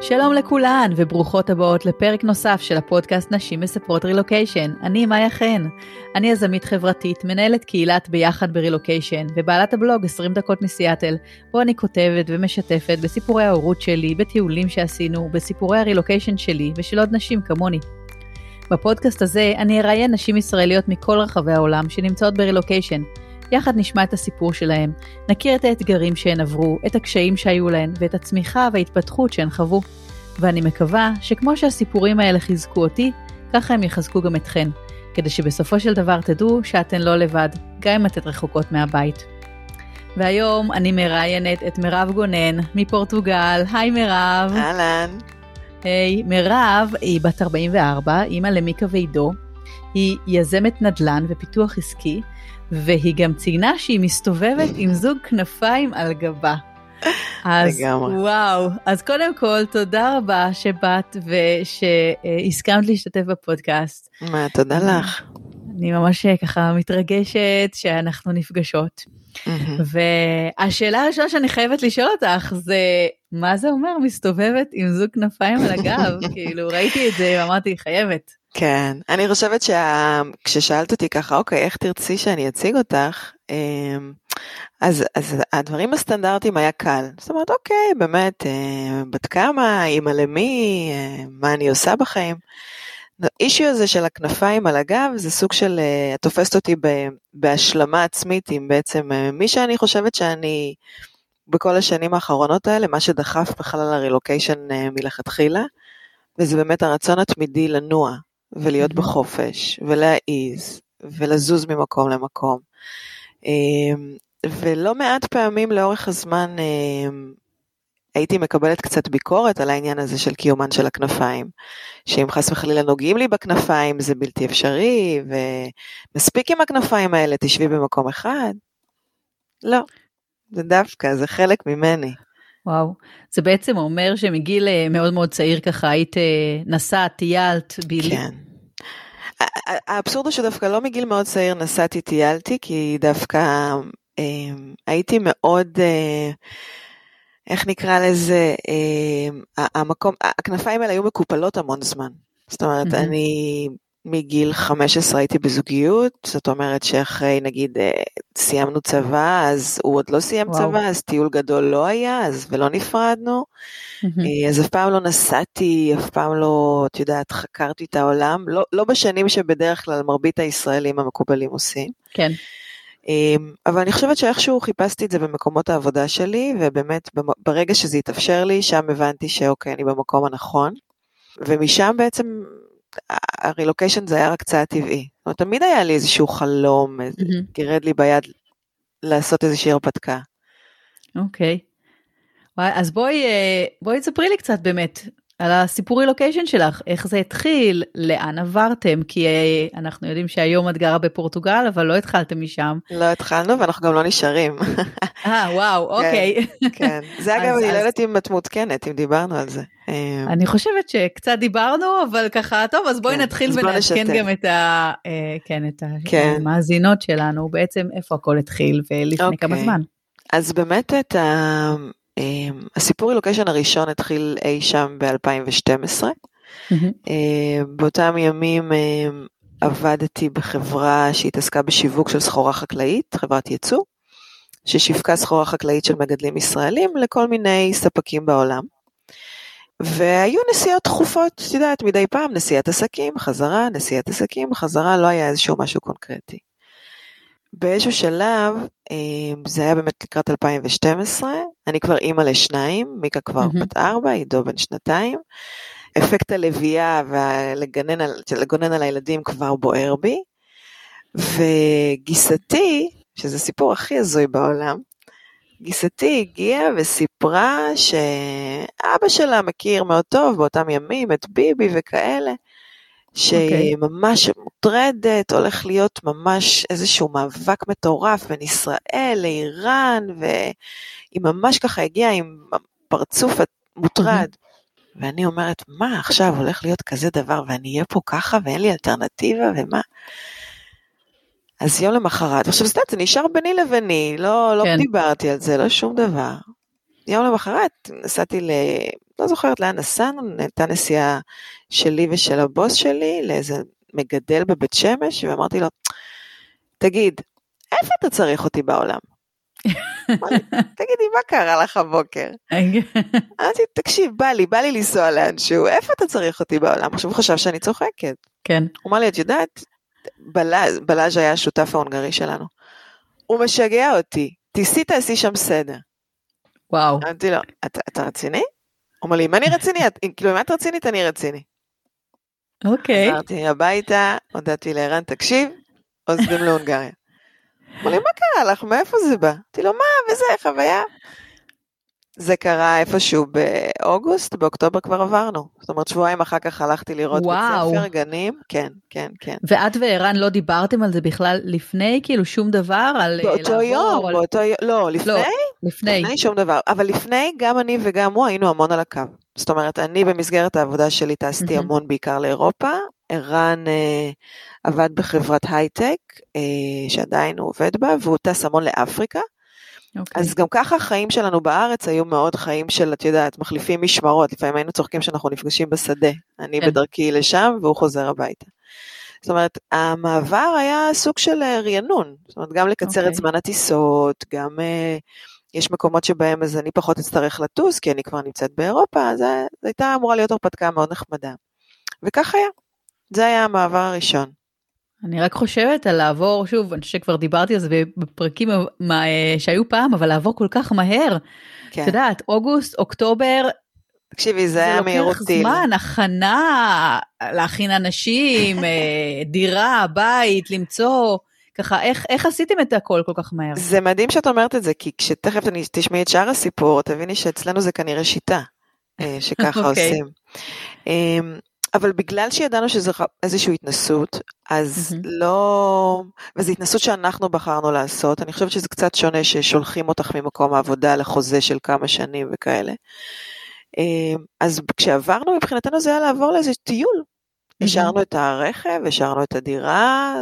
שלום לכולן וברוכות הבאות לפרק נוסף של הפודקאסט נשים מספרות רילוקיישן. אני מאיה חן. אני יזמית חברתית, מנהלת קהילת ביחד ברילוקיישן ובעלת הבלוג 20 דקות מסיאטל, בו אני כותבת ומשתפת בסיפורי ההורות שלי, בטיולים שעשינו, בסיפורי הרילוקיישן שלי ושל עוד נשים כמוני. בפודקאסט הזה אני אראיין נשים ישראליות מכל רחבי העולם שנמצאות ברילוקיישן. יחד נשמע את הסיפור שלהם, נכיר את האתגרים שהן עברו, את הקשיים שהיו להן ואת הצמיחה וההתפתחות שהן חוו. ואני מקווה שכמו שהסיפורים האלה חיזקו אותי, ככה הם יחזקו גם אתכן, כדי שבסופו של דבר תדעו שאתן לא לבד, גם אם אתן רחוקות מהבית. והיום אני מראיינת את מירב גונן מפורטוגל. היי מירב. אהלן. היי, מירב היא בת 44, אמא למיקה ועידו, היא יזמת נדל"ן ופיתוח עסקי, והיא גם ציינה שהיא מסתובבת עם זוג כנפיים על גבה. אז וואו, אז קודם כל תודה רבה שבאת ושהסכמת להשתתף בפודקאסט. מה, תודה לך. אני ממש ככה מתרגשת שאנחנו נפגשות. והשאלה הראשונה שאני חייבת לשאול אותך זה, מה זה אומר מסתובבת עם זוג כנפיים על הגב? כאילו ראיתי את זה ואמרתי חייבת. כן, אני חושבת כששאלת אותי ככה, אוקיי, איך תרצי שאני אציג אותך, אז הדברים הסטנדרטיים היה קל. זאת אומרת, אוקיי, באמת, בת כמה, אמא למי, מה אני עושה בחיים. האישיו הזה של הכנפיים על הגב, זה סוג של, את תופסת אותי בהשלמה עצמית, עם בעצם מי שאני חושבת שאני, בכל השנים האחרונות האלה, מה שדחף בכלל הרילוקיישן מלכתחילה, וזה באמת הרצון התמידי לנוע, ולהיות בחופש, ולהעיז, ולזוז ממקום למקום. ולא מעט פעמים לאורך הזמן, הייתי מקבלת קצת ביקורת על העניין הזה של קיומן של הכנפיים, שאם חס וחלילה נוגעים לי בכנפיים, זה בלתי אפשרי, ומספיק עם הכנפיים האלה, תשבי במקום אחד. לא, זה דווקא, זה חלק ממני. וואו, זה בעצם אומר שמגיל מאוד מאוד צעיר ככה, היית נסעת, טיילת, כן. האבסורד הוא שדווקא לא מגיל מאוד צעיר נסעתי, טיילתי, כי דווקא הייתי מאוד, איך נקרא לזה, הכנפיים האלה היו מקופלות המון זמן. זאת אומרת, אני מגיל 15 הייתי בזוגיות, זאת אומרת שאחרי נגיד סיימנו צבא, אז הוא עוד לא סיים צבא, אז טיול גדול לא היה, אז ולא נפרדנו, אז אף פעם לא נסעתי, אף פעם לא, את יודעת, חקרתי את העולם, לא בשנים שבדרך כלל מרבית הישראלים המקובלים עושים. כן. אבל אני חושבת שאיכשהו חיפשתי את זה במקומות העבודה שלי, ובאמת ברגע שזה התאפשר לי, שם הבנתי שאוקיי, אני במקום הנכון, ומשם בעצם הרילוקיישן זה היה רק צעד טבעי. זאת אומרת, תמיד היה לי איזשהו חלום, גירד לי ביד לעשות איזושהי הרפתקה. אוקיי. אז בואי תספרי לי קצת באמת על הסיפור רילוקיישן שלך, איך זה התחיל, לאן עברתם, כי אנחנו יודעים שהיום את גרה בפורטוגל, אבל לא התחלתם משם. לא התחלנו, ואנחנו גם לא נשארים. וואו, אוקיי. כן, זה אגב, אני לא יודעת אם את מעותקנת, אם דיברנו על זה. אני חושבת שקצת דיברנו, אבל ככה, טוב, אז בואי נתחיל ונעדכן גם את המאזינות שלנו, בעצם איפה הכל התחיל, ולפני כמה זמן. אז באמת הסיפור רילוקיישן הראשון התחיל אי שם ב-2012, באותם ימים עבדתי בחברה שהתעסקה בשיווק של סחורה חקלאית, חברת ייצוא, ששיווקה סחורה חקלאית של מגדלים ישראלים לכל מיני ספקים בעולם, והיו נסיעות תכופות, את יודעת, מדי פעם נסיעת עסקים, חזרה, נסיעת עסקים, חזרה, לא היה איזשהו משהו קונקרטי. באיזשהו שלב, זה היה באמת לקראת 2012, אני כבר אימא לשניים, מיקה כבר בת 4, עידו בן 2, אפקט הלוויה ולגונן על הילדים כבר בוער בי, וגיסתי, שזה סיפור הכי הזוי בעולם, גיסתי הגיעה וסיפרה שאבא שלה מכיר מאוד טוב באותם ימים את ביבי וכאלה, שהיא ממש מוטרדת, הולך להיות ממש איזשהו מאבק מטורף בין ישראל לאיראן, והיא ממש ככה הגיעה עם פרצוף מוטרד, ואני אומרת, מה עכשיו הולך להיות כזה דבר, ואני אהיה פה ככה, ואין לי אלטרנטיבה, ומה? אז יום למחרת, עכשיו זה נשאר ביני לביני, לא דיברתי על זה, לא שום דבר. יום למחרת נסעתי לא זוכרת לאן נסענו, נהייתה נסיעה שלי ושל הבוס שלי, לאיזה מגדל בבית שמש, ואמרתי לו, תגיד, איפה אתה צריך אותי בעולם? תגידי, מה קרה לך הבוקר? אמרתי, תקשיב, בא לי לנסוע לאנשהו, איפה אתה צריך אותי בעולם? עכשיו הוא חשב שאני צוחקת. כן. הוא אמר לי, את יודעת, בלאז' היה השותף ההונגרי שלנו. הוא משגע אותי, תעשי שם סדר. וואו. אמרתי לו, אתה רציני? הוא אמר לי, אם אני רציני, כאילו אם את רצינית, אני רציני. אוקיי. חזרתי הביתה, הודעתי לערן, תקשיב, עוזבים להונגריה. אמר לי, מה קרה לך? מאיפה זה בא? אמרתי לו, מה? וזה חוויה? זה קרה איפשהו באוגוסט, באוקטובר כבר עברנו. זאת אומרת, שבועיים אחר כך הלכתי לראות בית ספר, גנים. כן, כן, כן. ואת וערן לא דיברתם על זה בכלל לפני, כאילו שום דבר? באותו יום, לא, לפני שום דבר. אבל לפני, גם אני וגם הוא היינו המון על הקו. זאת אומרת, אני במסגרת העבודה שלי טסתי המון בעיקר לאירופה. ערן עבד בחברת הייטק, שעדיין הוא עובד בה, והוא טס המון לאפריקה. אז גם ככה החיים שלנו בארץ היו מאוד חיים של, את יודעת, מחליפים משמרות, לפעמים היינו צוחקים שאנחנו נפגשים בשדה, אני בדרכי לשם והוא חוזר הביתה. זאת אומרת, המעבר היה סוג של רענון, זאת אומרת, גם לקצר את זמן הטיסות, גם יש מקומות שבהם אז אני פחות אצטרך לטוס, כי אני כבר נמצאת באירופה, אז זו הייתה אמורה להיות הרפתקה מאוד נחמדה. וכך היה, זה היה המעבר הראשון. אני רק חושבת על לעבור, שוב, אני חושב שכבר דיברתי על זה בפרקים שהיו פעם, אבל לעבור כל כך מהר. את יודעת, אוגוסט, אוקטובר, תקשיבי, זה היה מהירות טיל. זה לוקח זמן, הכנה, להכין אנשים, דירה, בית, למצוא, ככה, איך עשיתם את הכל כל כך מהר? זה מדהים שאת אומרת את זה, כי כשתכף תשמעי את שאר הסיפור, תביני שאצלנו זה כנראה שיטה, שככה עושים. אבל בגלל שידענו שזה איזושהי התנסות, אז לא, וזו התנסות שאנחנו בחרנו לעשות, אני חושבת שזה קצת שונה ששולחים אותך ממקום העבודה לחוזה של כמה שנים וכאלה. אז כשעברנו מבחינתנו זה היה לעבור לאיזה טיול. השארנו את הרכב, השארנו את הדירה,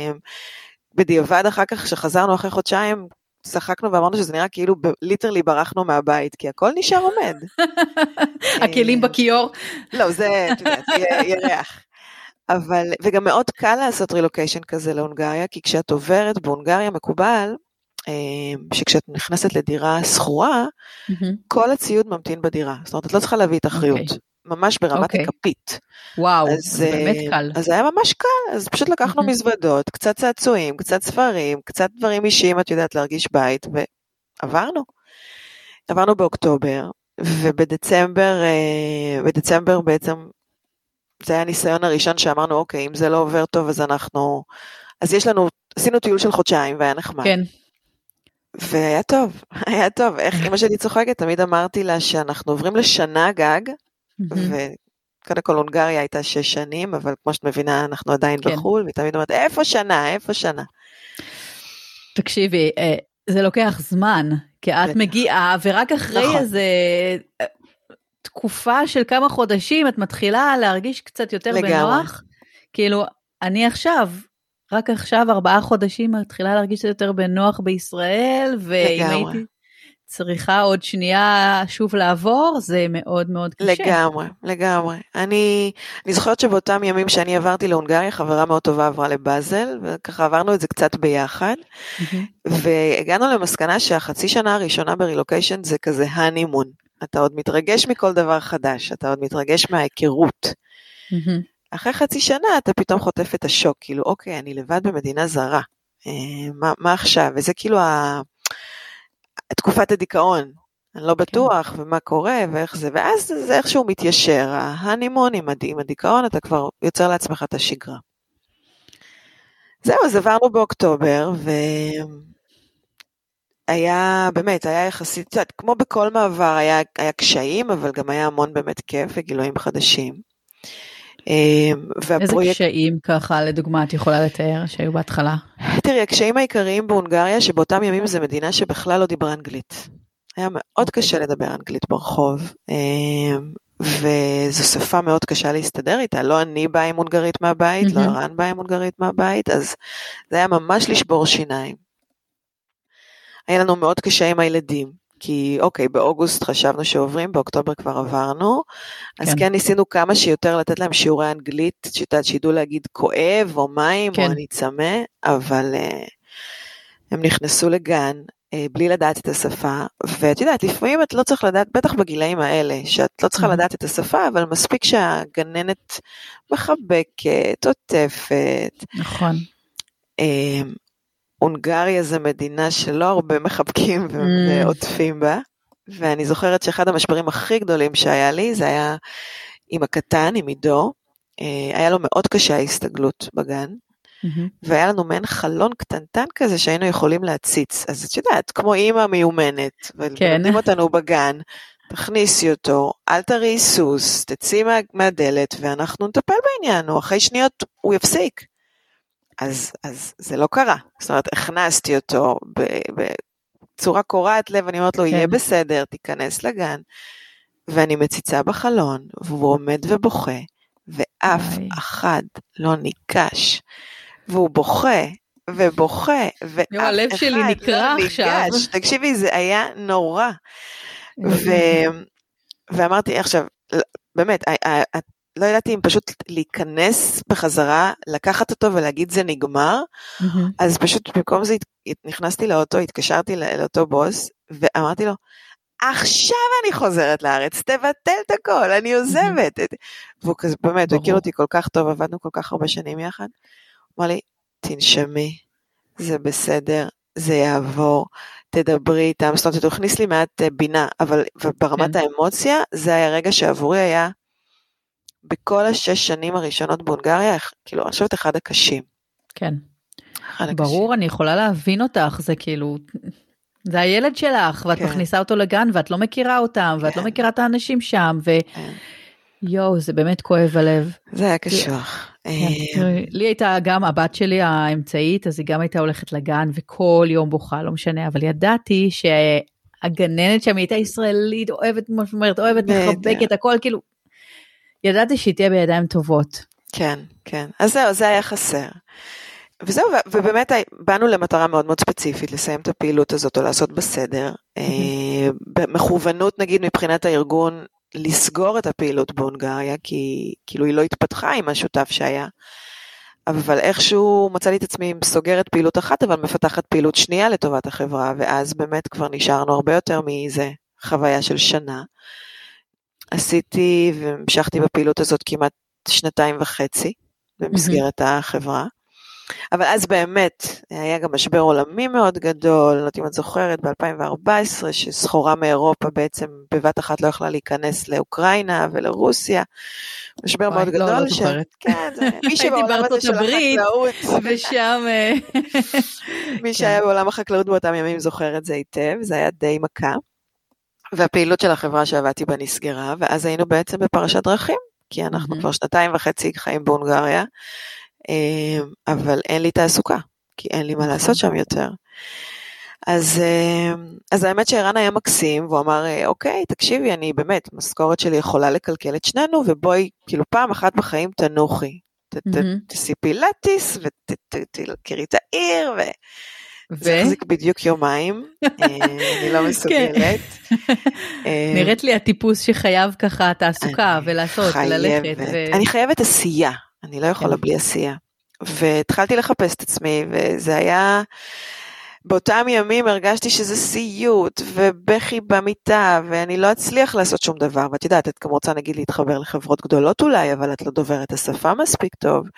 בדיעבד אחר כך כשחזרנו אחרי חודשיים, צחקנו ואמרנו שזה נראה כאילו ליטרלי ברחנו מהבית, כי הכל נשאר עומד. הכלים בכיור. לא, זה ירח. אבל, וגם מאוד קל לעשות רילוקיישן כזה להונגריה, כי כשאת עוברת בהונגריה מקובל, שכשאת נכנסת לדירה סחורה, כל הציוד ממתין בדירה. זאת אומרת, את לא צריכה להביא את אחריות. ממש ברמת הכפית. וואו, זה באמת קל. אז זה היה ממש קל, אז פשוט לקחנו מזוודות, קצת צעצועים, קצת ספרים, קצת דברים אישיים, את יודעת להרגיש בית, ועברנו. עברנו באוקטובר, ובדצמבר בעצם, זה היה הניסיון הראשון שאמרנו, אוקיי, אם זה לא עובר טוב, אז עשינו טיול של חודשיים, והיה נחמד. כן. והיה טוב, היה טוב. איך אמא שלי צוחקת, תמיד אמרתי לה שאנחנו עוברים לשנה גג, וקודם כל הונגריה הייתה 6 שנים, אבל כמו שאת מבינה, אנחנו עדיין בחול, והיא תמיד אומרת, איפה שנה? תקשיבי, זה לוקח זמן, כי את מגיעה, ורק אחרי איזה תקופה של כמה חודשים, את מתחילה להרגיש קצת יותר בנוח, כאילו, אני רק עכשיו 4 חודשים, מתחילה להרגיש קצת יותר בנוח בישראל, ואם הייתי צריכה עוד שנייה שוב לעבור, זה מאוד מאוד קשה. לגמרי. אני זוכרת שבאותם ימים שאני עברתי להונגריה, חברה מאוד טובה עברה לבאזל, וככה עברנו את זה קצת ביחד, והגענו למסקנה שהחצי שנה הראשונה ברילוקיישן זה כזה הנימון. אתה עוד מתרגש מכל דבר חדש, אתה עוד מתרגש מההיכרות. אחרי חצי שנה אתה פתאום חוטף את השוק, כאילו אוקיי, אני לבד במדינה זרה, מה עכשיו? וזה כאילו תקופת הדיכאון, אני לא בטוח ומה קורה ואיך זה, ואז זה איכשהו מתיישר, ההנימון עם הדיכאון, אתה כבר יוצר לעצמך את השגרה. זהו, אז עברנו באוקטובר, והיה באמת, היה יחסית, כמו בכל מעבר, היה קשיים, אבל גם היה המון באמת כיף וגילויים חדשים. איזה קשיים ככה, לדוגמה, את יכולה לתאר שהיו בהתחלה? תראי, הקשיים העיקריים בהונגריה, שבאותם ימים זה מדינה שבכלל לא דיברה אנגלית. היה מאוד קשה לדבר אנגלית ברחוב, וזו שפה מאוד קשה להסתדר איתה. לא אני באה עם הונגרית מהבית, לא ערן באה עם הונגרית מהבית, אז זה היה ממש לשבור שיניים. היה לנו מאוד קשה עם הילדים, כי אוקיי, באוגוסט חשבנו שעוברים, באוקטובר כבר עברנו, אז כן ניסינו כמה שיותר לתת להם שיעורי אנגלית, שידעו להגיד כואב או מים או אני צמא, אבל הם נכנסו לגן בלי לדעת את השפה, ואת יודעת, לפעמים את לא צריך לדעת, בטח בגילאים האלה, שאת לא צריכה לדעת את השפה, אבל מספיק שהגננת מחבקת, עוטפת. נכון. הונגריה זה מדינה שלא הרבה מחבקים ועוטפים בה, ואני זוכרת שאחד המשברים הכי גדולים שהיה לי, זה היה עם הקטן, עם עידו, היה לו מאוד קשה ההסתגלות בגן, והיה לנו מעין חלון קטנטן כזה שהיינו יכולים להציץ, אז את יודעת, כמו אימא מיומנת, ולמדים אותנו בגן, תכניסי אותו, אל תראי סוס, תצאי מהדלת, ואנחנו נטפל בעניין, או אחרי שניות הוא יפסיק. אז זה לא קרה, זאת אומרת, הכנסתי אותו בצורה קורעת לב, אני אומרת לו, יהיה בסדר, תיכנס לגן, ואני מציצה בחלון, והוא עומד ובוכה, ואף אחד לא ניקש, והוא בוכה, ובוכה, ואף אחד הלב שלי נקרא עכשיו. תקשיבי, זה היה נורא, ואמרתי, עכשיו, באמת, לא ידעתי אם פשוט להיכנס בחזרה, לקחת אותו ולהגיד זה נגמר, אז פשוט במקום זה נכנסתי לאוטו, התקשרתי לאותו בוס, ואמרתי לו, עכשיו אני חוזרת לארץ, תבטל את הכל, אני עוזבת. והוא כזה, באמת, הוא הכיר אותי כל כך טוב, עבדנו כל כך הרבה שנים יחד, הוא אמר לי, תנשמי, זה בסדר, זה יעבור, תדברי איתם, זאת אומרת, הוא הכניס לי מעט בינה, אבל ברמת האמוציה, זה היה רגע שעבורי היה, בכל 6 שנים הראשונות בהונגריה, כאילו, אני חושבת אחד הקשים. כן. ברור, אני יכולה להבין אותך, זה כאילו, זה הילד שלך, ואת מכניסה אותו לגן, ואת לא מכירה אותם, ואת לא מכירה את האנשים שם, יואו, זה באמת כואב הלב. זה היה קשוח. לי הייתה גם הבת שלי האמצעית, אז היא גם הייתה הולכת לגן, וכל יום בוכה, לא משנה, אבל ידעתי שהגננת שם הייתה ישראלית, אוהבת, מחבקת, הכל כאילו, ידעתי שהיא תהיה בידיים טובות. כן, כן. אז זהו, זה היה חסר. וזהו, ובאמת באנו למטרה מאוד מאוד ספציפית, לסיים את הפעילות הזאת, או לעשות בסדר. במכוונות, נגיד, מבחינת הארגון, לסגור את הפעילות בהונגריה, כי כאילו היא לא התפתחה עם השותף שהיה. אבל איכשהו מצא לי את עצמי סוגרת פעילות אחת, אבל מפתחת פעילות שנייה לטובת החברה, ואז באמת כבר נשארנו הרבה יותר מאיזה חוויה של שנה. עשיתי והמשכתי בפעילות הזאת כמעט 2.5 במסגרת החברה, אבל אז באמת היה גם משבר עולמי מאוד גדול, לא יודעת אם את זוכרת, ב-2014, שסחורה מאירופה בעצם בבת אחת לא יכלה להיכנס לאוקראינה ולרוסיה, משבר מאוד גדול. לא זוכרת. כן, מי שבעולם הזה של החקלאות, ושם, מי שהיה בעולם החקלאות באותם ימים זוכר את זה היטב, זה היה די מכה. והפעילות של החברה שעבדתי בה נסגרה, ואז היינו בעצם בפרשת דרכים, כי אנחנו כבר 2.5 חיים בהונגריה, אבל אין לי תעסוקה, כי אין לי מה לעשות שם יותר. אז האמת שערן היה מקסים, והוא אמר, אוקיי, תקשיבי, אני באמת, משכורת שלי יכולה לקלקל את שנינו, ובואי, כאילו פעם אחת בחיים תנוחי, תעשי פילאטיס, ותכירי את העיר, זה החזיק בדיוק יומיים, אני לא מסוגלת. נראית לי הטיפוס שחייב ככה תעסוקה ולעשות, וללכת. אני חייבת עשייה, אני לא יכולה בלי עשייה. והתחלתי לחפש את עצמי, וזה היה, באותם ימים הרגשתי שזה סיוט, ובכי במיטה, ואני לא אצליח לעשות שום דבר, ואת יודעת, את גם רוצה נגיד להתחבר לחברות גדולות אולי, אבל את לא דוברת השפה מספיק טוב.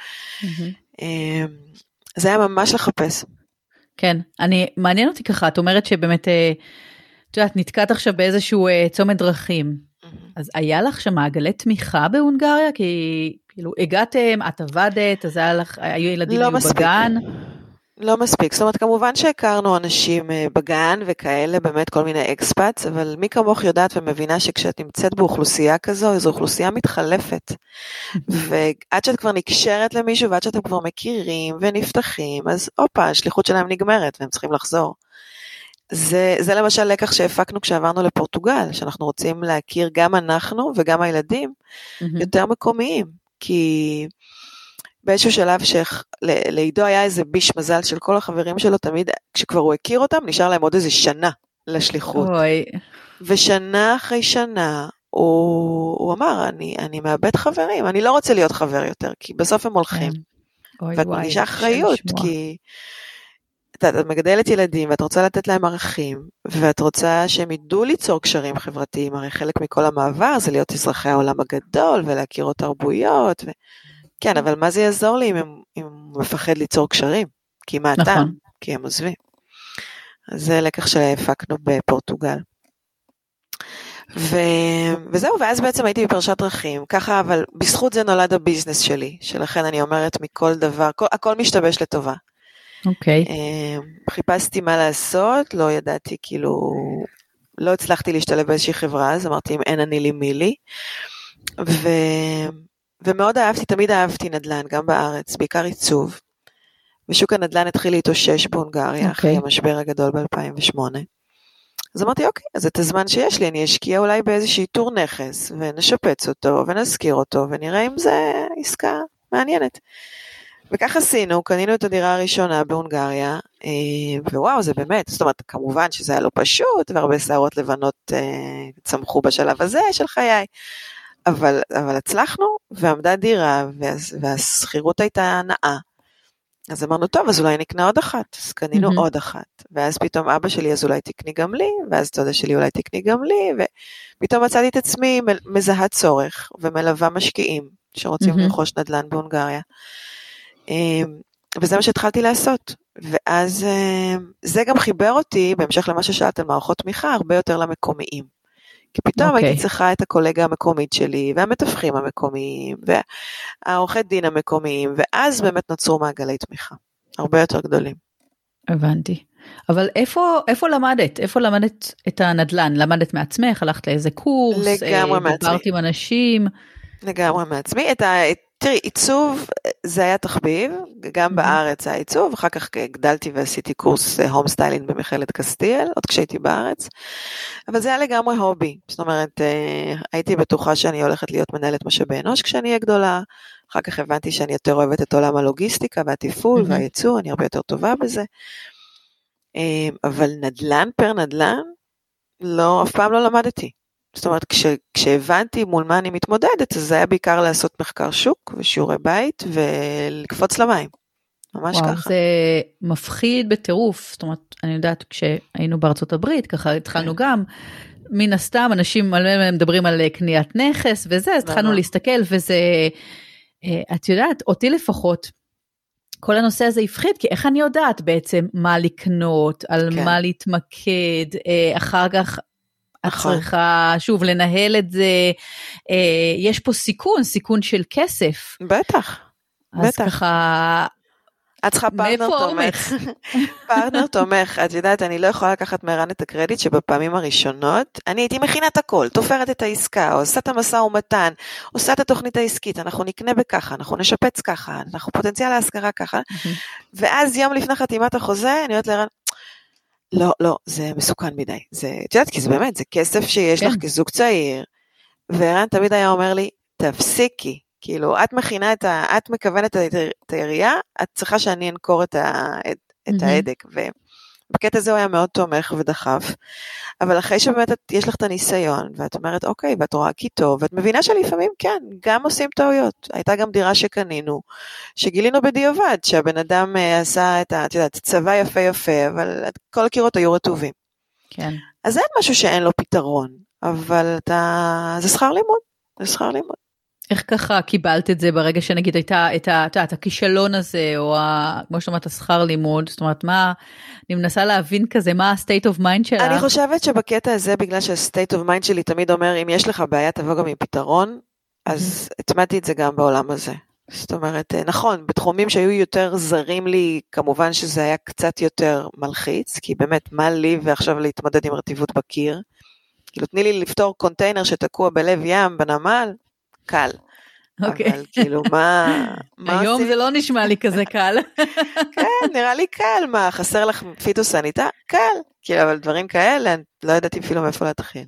זה היה ממש לחפש. כן, מעניין אותי ככה, את אומרת שבאמת, את יודעת, נתקעת עכשיו באיזשהו צומת דרכים, אז היה לך שם מעגלי תמיכה בהונגריה? כי כאילו הגעתם, את עבדת, אז היו ילדים בגן? לא מספיק, זאת אומרת, כמובן שהכרנו אנשים בגן וכאלה, באמת כל מיני אקספאץ, אבל מי כמוך יודעת ומבינה שכשאת נמצאת באוכלוסייה כזו, איזו אוכלוסייה מתחלפת, ועד שאת כבר נקשרת למישהו, ועד שאתם כבר מכירים ונפתחים, אז אופה, השליחות שלהם נגמרת, והם צריכים לחזור. זה למשל לקח שהפקנו כשעברנו לפורטוגל, שאנחנו רוצים להכיר גם אנחנו וגם הילדים יותר מקומיים, כי באיזשהו שלב לעידו היה איזה ביש מזל של כל החברים שלו, תמיד כשכבר הוא הכיר אותם, נשאר להם עוד איזה שנה לשליחות. אוי. ושנה אחרי שנה, הוא אמר, אני מאבד חברים, אני לא רוצה להיות חבר יותר, כי בסוף הם הולכים. ואת מרגישה אחריות, כי את מגדלת ילדים, ואת רוצה לתת להם ערכים, ואת רוצה שהם ידעו ליצור קשרים חברתיים, הרי חלק מכל המעבר זה להיות אזרחי העולם הגדול, ולהכיר עוד תרבויות, כן, אבל מה זה יעזור לי אם הוא מפחד ליצור קשרים? כי מה אתה? כי הם עוזבים. אז זה לקח שהפקנו בפורטוגל. וזהו, ואז בעצם הייתי בפרשת דרכים, ככה, אבל בזכות זה נולד הביזנס שלי, שלכן אני אומרת מכל דבר, הכל משתבש לטובה. אוקיי. חיפשתי מה לעשות, לא ידעתי, כאילו, לא הצלחתי להשתלב באיזושהי חברה, אז אמרתי, אם אין אני לי מי לי, ומאוד אהבתי, תמיד אהבתי נדל"ן, גם בארץ, בעיקר עיצוב, ושוק הנדל"ן התחיל להתאושש בהונגריה, אחרי המשבר הגדול ב-2008, אז אמרתי, אוקיי, אז את הזמן שיש לי, אני אשקיע אולי באיזושהי טור נכס, ונשפץ אותו, ונזכיר אותו, ונראה אם זה עסקה מעניינת. וכך עשינו, קנינו את הדירה הראשונה בהונגריה, ווואו, זה באמת, זאת אומרת, כמובן שזה היה לא פשוט, והרבה שערות לבנות צמחו בשלב הזה של חיי, אבל הצלחנו, ועמדה דירה, והסחירות הייתה נאה, אז אמרנו, טוב, אז אולי נקנה עוד אחת, אז קנינו עוד אחת, ואז פתאום אבא שלי, אז אולי תקני גם לי, ואז דודה שלי אולי תקני גם לי, ופתאום מצאתי את עצמי מזהה צורך, ומלווה משקיעים, שרוצים לרכוש נדל"ן בהונגריה, וזה מה שהתחלתי לעשות, ואז זה גם חיבר אותי, בהמשך למה ששאלת על מערכות תמיכה, הרבה יותר למקומיים, כי פתאום הייתי צריכה את הקולגה המקומית שלי, והמתווכים המקומיים, והעורכי דין המקומיים, ואז באמת נוצרו מעגלי תמיכה, הרבה יותר גדולים. הבנתי. אבל איפה למדת? איפה למדת את הנדל"ן? למדת מעצמך? הלכת לאיזה קורס? לגמרי מעצמי. דיברת עם אנשים? לגמרי מעצמי. תראי, עיצוב זה היה תחביב, גם בארץ היה עיצוב, אחר כך גדלתי ועשיתי קורס הום סטיילינג במכללת קסטיאל, עוד כשהייתי בארץ, אבל זה היה לגמרי הובי, זאת אומרת, הייתי בטוחה שאני הולכת להיות מנהלת משאבי אנוש כשאני אהיה גדולה, אחר כך הבנתי שאני יותר אוהבת את עולם הלוגיסטיקה והטיפול והייצור, אני הרבה יותר טובה בזה, אבל נדל"ן פר נדל"ן, לא, אף פעם לא למדתי. זאת אומרת, כשהבנתי מול מה אני מתמודדת, אז זה היה בעיקר לעשות מחקר שוק ושיעורי בית ולקפוץ למים. ממש וואו, ככה. זה מפחיד בטירוף. זאת אומרת, אני יודעת, כשהיינו בארצות הברית, ככה התחלנו גם, מן הסתם, אנשים מדברים על קניית נכס וזה, אז התחלנו להסתכל, וזה, את יודעת, אותי לפחות, כל הנושא הזה הפחיד, כי איך אני יודעת בעצם מה לקנות, על מה להתמקד, אחר כך, את צריכה שוב לנהל את זה, יש פה סיכון של כסף. בטח, אז ככה, את צריכה פרטנר תומך, פרטנר תומך, את יודעת, אני לא יכולה לקחת מערן את הקרדיט שבפעמים הראשונות, אני הייתי מכינה את הכל, תופרת את העסקה, עושה את המשא ומתן, עושה את התוכנית העסקית, אנחנו נקנה בככה, אנחנו נשפץ ככה, אנחנו פוטנציאל להשכרה ככה, ואז יום לפני חתימת החוזה, אני אומרת לערן, לא, זה מסוכן מדי, את יודעת, כי זה באמת, זה כסף שיש לך כזוג צעיר, וערן תמיד היה אומר לי, תפסיקי, כאילו, את מכוונת את העירייה, את צריכה שאני אנקור את ההדק, ובקטע הזה הוא היה מאוד תומך ודחף, אבל אחרי שבאמת יש לך את הניסיון, ואת אומרת, אוקיי, ואת רואה כי טוב, ואת מבינה שלפעמים כן, גם עושים טעויות, הייתה גם דירה שקנינו, שגילינו בדיעבד, שהבן אדם עשה את יודעת, צבא יפה, אבל כל הקירות היו רטובים. כן. אז אין משהו שאין לו פתרון, אבל זה שכר לימוד, זה שכר לימוד. איך ככה קיבלת את זה ברגע שנגיד הייתה את הכישלון הזה, או כמו שאתה אומרת, השכר לימוד, זאת אומרת, אני מנסה להבין כזה, מה ה-state of mind שלך? אני חושבת שבקטע הזה, בגלל שה-state of mind שלי תמיד אומר, אם יש לך בעיה, תבוא גם עם פתרון, אז התמדתי את זה גם בעולם הזה. זאת אומרת, נכון, בתחומים שהיו יותר זרים לי, כמובן שזה היה קצת יותר מלחיץ, כי באמת, מה לי ועכשיו להתמודד עם רטיבות בקיר? כאילו, תני לי לפתור קונטיינר שתקוע בלב ים, בנמל, קל. אבל כאילו מה היום זה לא נשמע לי כזה קל. כן, נראה לי קל, מה, חסר לך פיטוסניטה? קל. כאילו, אבל דברים כאלה, לא ידעתי אפילו מאיפה להתחיל.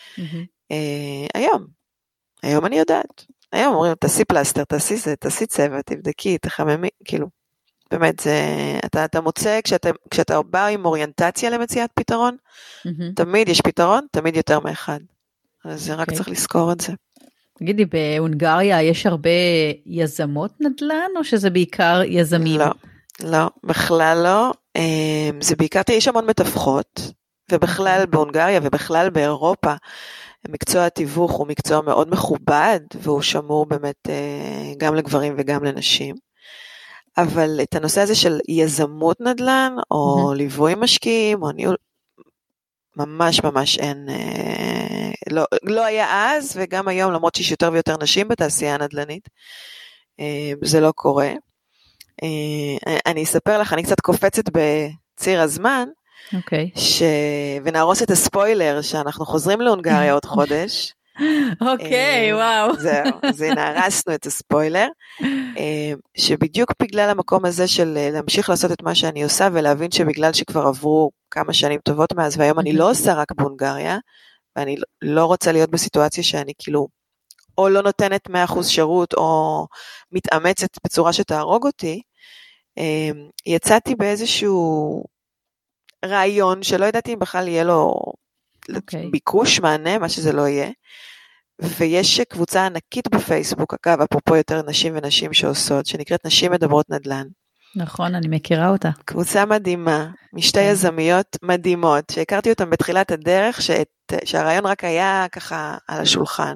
היום אני יודעת. היום אומרים, תעשי פלסטר, תעשי צבע, תבדקי, תחממי, כאילו, באמת, אתה מוצא, כשאתה בא עם אוריינטציה למציאת פתרון, תמיד יש פתרון, תמיד יותר מאחד. אז רק צריך לזכור את זה. תגידי, בהונגריה יש הרבה יזמות נדל"ן, או שזה בעיקר יזמים? לא, בכלל לא. זה בעיקר, יש המון מתווכות, ובכלל בהונגריה ובכלל באירופה, מקצוע התיווך הוא מקצוע מאוד מכובד, והוא שמור באמת גם לגברים וגם לנשים. אבל את הנושא הזה של יזמות נדל"ן, או ליווי משקיעים, או ניהול, ממש אין, לא היה אז, וגם היום, למרות שיש יותר ויותר נשים בתעשייה הנדל"נית, זה לא קורה. אני אספר לך, אני קצת קופצת בציר הזמן, ונהרוס את הספוילר, שאנחנו חוזרים להונגריה עוד חודש. אוקיי, וואו. זהו, אז הנה, הרסנו את הספוילר, שבדיוק בגלל המקום הזה של להמשיך לעשות את מה שאני עושה, ולהבין שבגלל שכבר עברו כמה שנים טובות מאז, והיום אני לא עושה רק בהונגריה, ואני לא רוצה להיות בסיטואציה שאני כאילו, או לא נותנת 100% שירות, או מתאמצת בצורה שתהרוג אותי, יצאתי באיזשהו רעיון, שלא ידעתי אם בכלל יהיה לו ביקוש, מענה, מה שזה לא יהיה, ויש קבוצה ענקית בפייסבוק, אגב, אפרופו יותר נשים ונשים שעושות, שנקראת נשים מדברות נדל"ן. נכון, אני מכירה אותה. קבוצה מדהימה, משתי יזמיות מדהימות, שהכרתי אותן בתחילת הדרך, שהרעיון רק היה ככה על השולחן.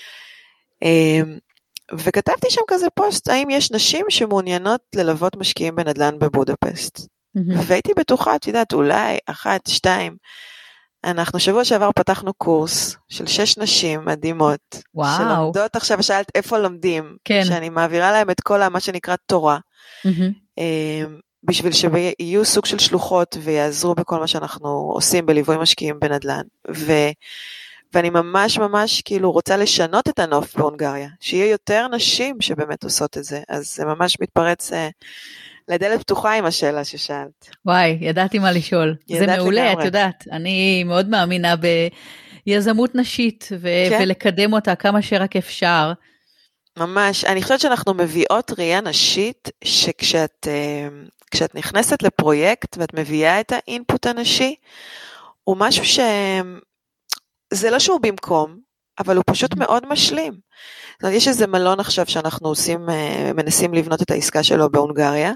וכתבתי שם כזה פוסט, האם יש נשים שמעוניינות ללוות משקיעים בנדל"ן בבודפסט. והייתי בטוחה, את יודעת, אולי 1, 2, אנחנו שבוע שעבר פתחנו קורס של 6 נשים מדהימות, שלומדות עכשיו, שאלת איפה לומדים, שאני מעבירה להם את כל מה שנקרא תורה, בשביל שיהיו סוג של שלוחות, ויעזרו בכל מה שאנחנו עושים בליווי משקיעים בנדל"ן, ואני ממש כאילו רוצה לשנות את הנוף בהונגריה, שיהיה יותר נשים שבאמת עושות את זה, אז זה ממש מתפרץ לדלת פתוחה עם השאלה ששאלת. וואי, ידעתי מה לשאול. זה מעולה, את יודעת, אני מאוד מאמינה ביזמות נשית, ולקדם אותה כמה שרק אפשר. ממש, אני חושבת שאנחנו מביאות ראייה נשית, שכשאת נכנסת לפרויקט, ואת מביאה את האינפוט הנשי, הוא משהו זה לא שהוא במקום, אבל הוא פשוט מאוד משלים. זאת אומרת, יש איזה מלון עכשיו שאנחנו מנסים לבנות את העסקה שלו בהונגריה,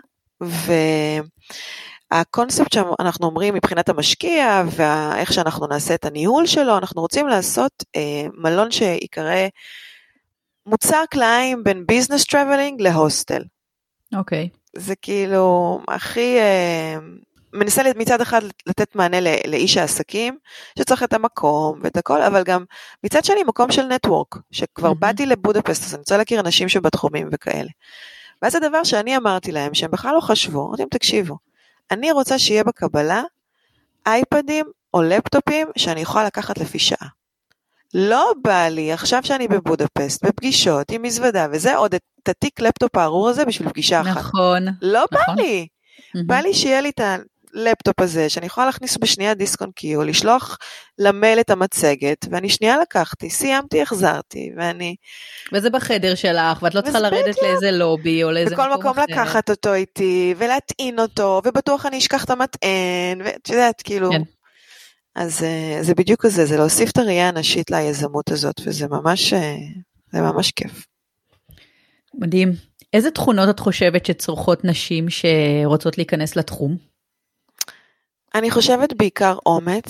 והקונספט שאנחנו אומרים מבחינת המשקיע, ואיך שאנחנו נעשה את הניהול שלו, אנחנו רוצים לעשות מלון שיקרא מוצר קלעים בין ביזנס טראבלינג להוסטל. אוקיי. זה כאילו הכי מנסה מצד אחד לתת מענה לאיש העסקים, שצריך את המקום ואת הכל, אבל גם מצד שני מקום של נטוורק, שכבר באתי לבודפסט, אז אני רוצה להכיר אנשים שבתחומים וכאלה. ואז הדבר שאני אמרתי להם, שהם בכלל לא חשבו, אמרתי להם תקשיבו, אני רוצה שיהיה בקבלה אייפדים או לפטופים שאני יכולה לקחת לפי שעה. לא בא לי, עכשיו שאני בבודפסט, בפגישות עם מזוודה, וזה עוד את התיק לפטופ הארור הזה בשביל פגישה אחת. נכון. לא בא לי. בא לי שיהיה לי את הלפטופ הזה, שאני יכולה להכניס בשנייה דיסק און קיו, לשלוח למייל את המצגת, ואני שנייה לקחתי, סיימתי, החזרתי, וזה בחדר שלך, ואת לא צריכה לרדת לאיזה לובי, או לאיזה מקום אחר. בכל מקום לקחת אותו איתי, ולהטעין אותו, ובטוח אני אשכח את המטען, ואת יודעת, כאילו, אז זה בדיוק כזה, זה להוסיף את הראייה הנשית ליזמות הזאת, וזה ממש כיף. מדהים. איזה תכונות את חושבת שצורכות נשים שרוצות להיכנס לתחום? אני חושבת בעיקר אומץ,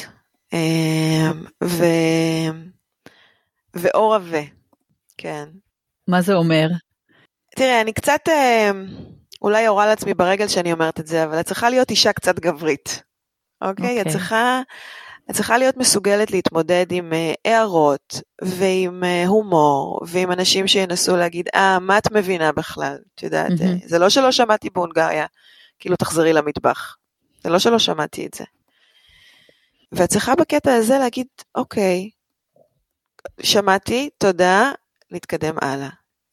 ואור עבה, כן. מה זה אומר? תראה, אני קצת, אולי יורה לעצמי ברגל שאני אומרת את זה, אבל את צריכה להיות אישה קצת גברית, אוקיי? את צריכה להיות מסוגלת להתמודד עם הערות, ועם הומור, ועם אנשים שינסו להגיד, מה את מבינה בכלל? את יודעת, זה לא שלא שמעתי בהונגריה, כאילו תחזרי למטבח. זה לא שלא שמעתי את זה. ואת צריכה בקטע הזה להגיד, אוקיי, שמעתי, תודה, נתקדם הלאה.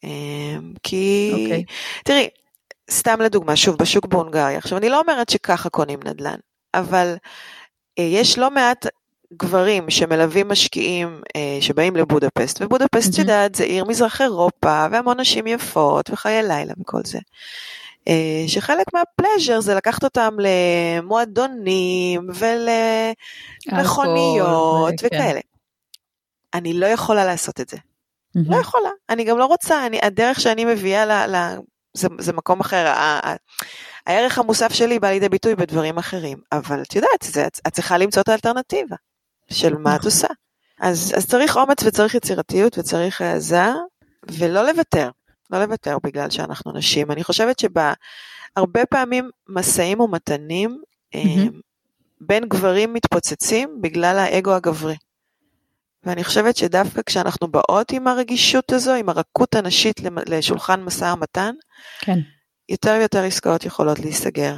כי, תראי, סתם לדוגמה, שוב, בשוק בהונגריה, עכשיו אני לא אומרת שככה קונים נדל"ן, אבל יש לא מעט גברים שמלווים משקיעים שבאים לבודפסט, ובודפסט יודעת, זה עיר מזרח אירופה, והמון נשים יפות, וחיי לילה וכל זה. שחלק מהפלז'ר זה לקחת אותם למועדונים ולמכוניות וכאלה. אני לא יכולה לעשות את זה. לא יכולה. אני גם לא רוצה, הדרך שאני מביאה זה מקום אחר. הערך המוסף שלי בא לידי ביטוי בדברים אחרים, אבל את יודעת, את צריכה למצוא את האלטרנטיבה של מה את עושה. אז צריך אומץ וצריך יצירתיות וצריך העזה, ולא לוותר. לא לוותר בגלל שאנחנו נשים. אני חושבת הרבה פעמים מסעים ומתנים בין גברים מתפוצצים בגלל האגו הגברי. ואני חושבת שדווקא כשאנחנו באות עם הרגישות הזו, עם הרכות הנשית לשולחן מסע ומתן, כן. יותר ויותר עסקאות יכולות להיסגר.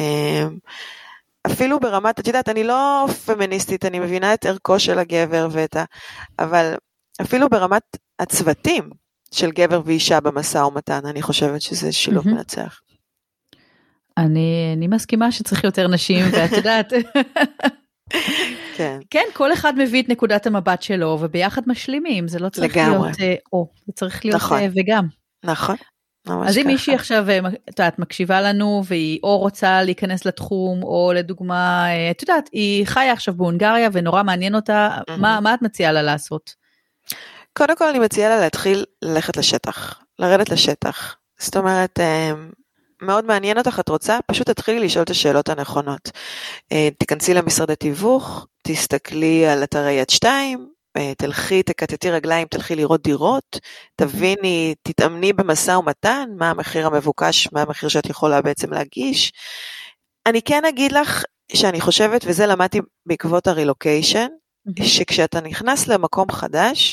אפילו ברמת, את יודעת, אני לא פמיניסטית, אני מבינה את ערכו של הגבר אבל אפילו ברמת הצוותים של גבר ואישה במסע ומתן, אני חושבת שזה שילוב מנצח. אני מסכימה שצריך יותר נשים, ואת יודעת, כן, כל אחד מביא את נקודת המבט שלו, וביחד משלימים, זה לא צריך להיות זה צריך להיות וגם. נכון. אז אם מישהי עכשיו, את יודעת, מקשיבה לנו, והיא או רוצה להיכנס לתחום, או לדוגמה, את יודעת, היא חיה עכשיו בהונגריה, ונורא מעניין אותה, מה את מציעה לה לעשות? קודם כל אני מציעה לה להתחיל ללכת לשטח, לרדת לשטח. זאת אומרת, מאוד מעניין אותך, את רוצה? פשוט תתחילי לשאול את השאלות הנכונות. תיכנסי למשרד התיווך, תסתכלי על אתרי יד 2, תלכי, תקטטי רגליים, תלכי לראות דירות, תביני, תתאמני במשא ומתן, מה המחיר המבוקש, מה המחיר שאת יכולה בעצם להגיש. אני כן אגיד לך שאני חושבת, וזה למדתי בעקבות הרילוקיישן, שכשאתה נכנס למקום חדש,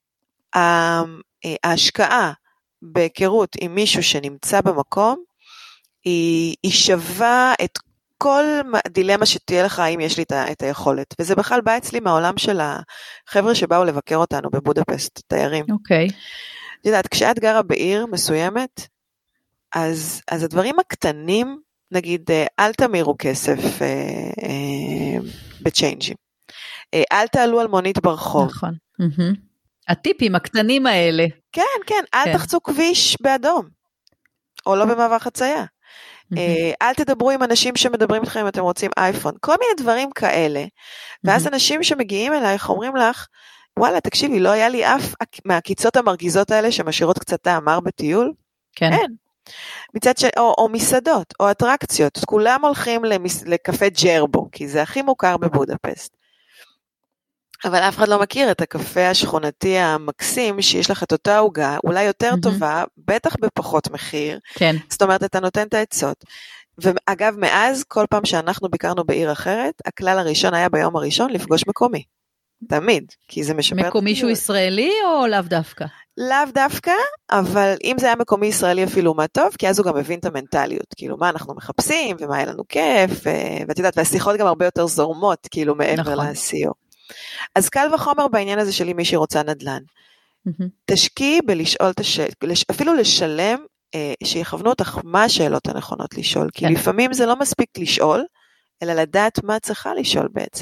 ההשקעה בהיכרות עם מישהו שנמצא במקום, היא שווה את כל דילמה שתהיה לך, האם יש לי את היכולת. וזה בכלל בא אצלי מהעולם של החבר'ה שבאו לבקר אותנו בבודפסט, תיירים. אוקיי. את יודעת, כשאת גרה בעיר מסוימת, אז הדברים הקטנים, נגיד, אל תמירו כסף בצ'יינג'ים. אל תעלו על מונית ברחוב. נכון. הטיפים הקטנים האלה. כן, כן, אל תחצו כביש באדום, או לא במעבר חצייה. אל תדברו עם אנשים שמדברים איתכם אם אתם רוצים אייפון, כל מיני דברים כאלה, ואז אנשים שמגיעים אלייך אומרים לך, וואלה תקשיבי, לא היה לי אף מהקיצות המרגיזות האלה שמשאירות קצת טעם בטיול, כן. אין. או מסעדות, או אטרקציות, כולם הולכים לקפה ג'רבו, כי זה הכי מוכר בבודפסט. אבל אף אחד לא מכיר את הקפה השכונתי המקסים, שיש לך את אותה הוגה, אולי יותר טובה, בטח בפחות מחיר. כן. זאת אומרת, אתה נותן את העצות. ואגב, מאז, כל פעם שאנחנו ביקרנו בעיר אחרת, הכלל הראשון היה ביום הראשון לפגוש מקומי. תמיד, כי זה משפר. מקומי שהוא ישראלי או לאו דווקא? לאו דווקא, אבל אם זה היה מקומי ישראלי אפילו מה טוב, כי אז הוא גם מבין את המנטליות, כאילו מה אנחנו מחפשים, ומה היה לנו כיף, ואת יודעת, והשיחות גם הרבה יותר זורמות, כאילו מעבר לעשיו. אז קל וחומר בעניין הזה שלי, מישהי רוצה נדל"ן. תשקיעי בלשאול את השאלות, אפילו לשלם, שיכוונו אותך מה השאלות הנכונות לשאול, כי לפעמים זה לא מספיק לשאול, אלא לדעת מה צריכה לשאול בעצם.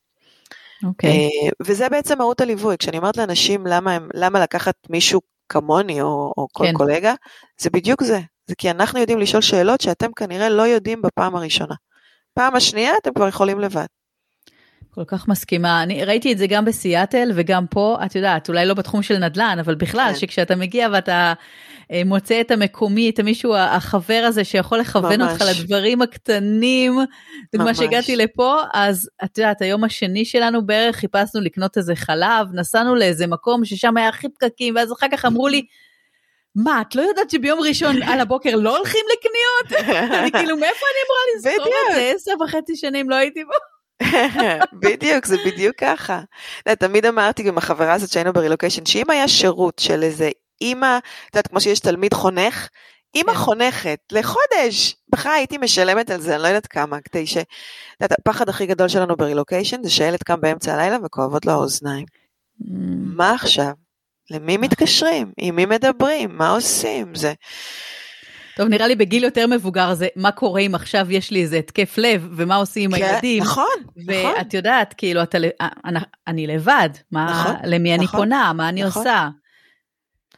וזה בעצם מהות הליווי, כשאני אומרת לאנשים למה לקחת מישהו כמוני או כל קולגה, זה בדיוק זה. זה כי אנחנו יודעים לשאול שאלות שאתם כנראה לא יודעים בפעם הראשונה. פעם השנייה אתם כבר יכולים לבד. כל כך מסכימה, אני ראיתי את זה גם בסיאטל וגם פה, את יודעת, אולי לא בתחום של נדל"ן, אבל בכלל, שכשאתה מגיע ואתה מוצא את המקומי, את המישהו, החבר הזה שיכול לכוון אותך לדברים הקטנים, דוגמה שהגעתי לפה, אז את יודעת, היום השני שלנו בערך חיפשנו לקנות איזה חלב, נסענו לאיזה מקום ששם היה הכי פקקים, ואז אחר כך אמרו לי, מה, את לא יודעת שביום ראשון על הבוקר לא הולכים לקניות? אני כאילו, מאיפה אני אמורה לזכור את זה? 10.5 שנים לא הייתי בו. בדיוק, זה בדיוק ככה. תמיד אמרתי עם החברה הזאת שהיינו ברילוקיישן, שאם היה שירות של איזה אמא, את יודעת, כמו שיש תלמיד חונך, אמא חונכת לחודש, בכלל הייתי משלמת על זה, אני לא יודעת כמה, כדי ש... הפחד הכי גדול שלנו ברילוקיישן, זה שהילד קם באמצע הלילה וכואבות לו האוזניים. מה עכשיו? למי מתקשרים? עם מי מדברים? מה עושים? זה... טוב, נראה לי בגיל יותר מבוגר זה, מה קורה אם עכשיו יש לי איזה התקף לב, ומה עושים עם הילדים. נכון. ואת יודעת, כאילו, אני לבד, למי אני פונה, מה אני עושה.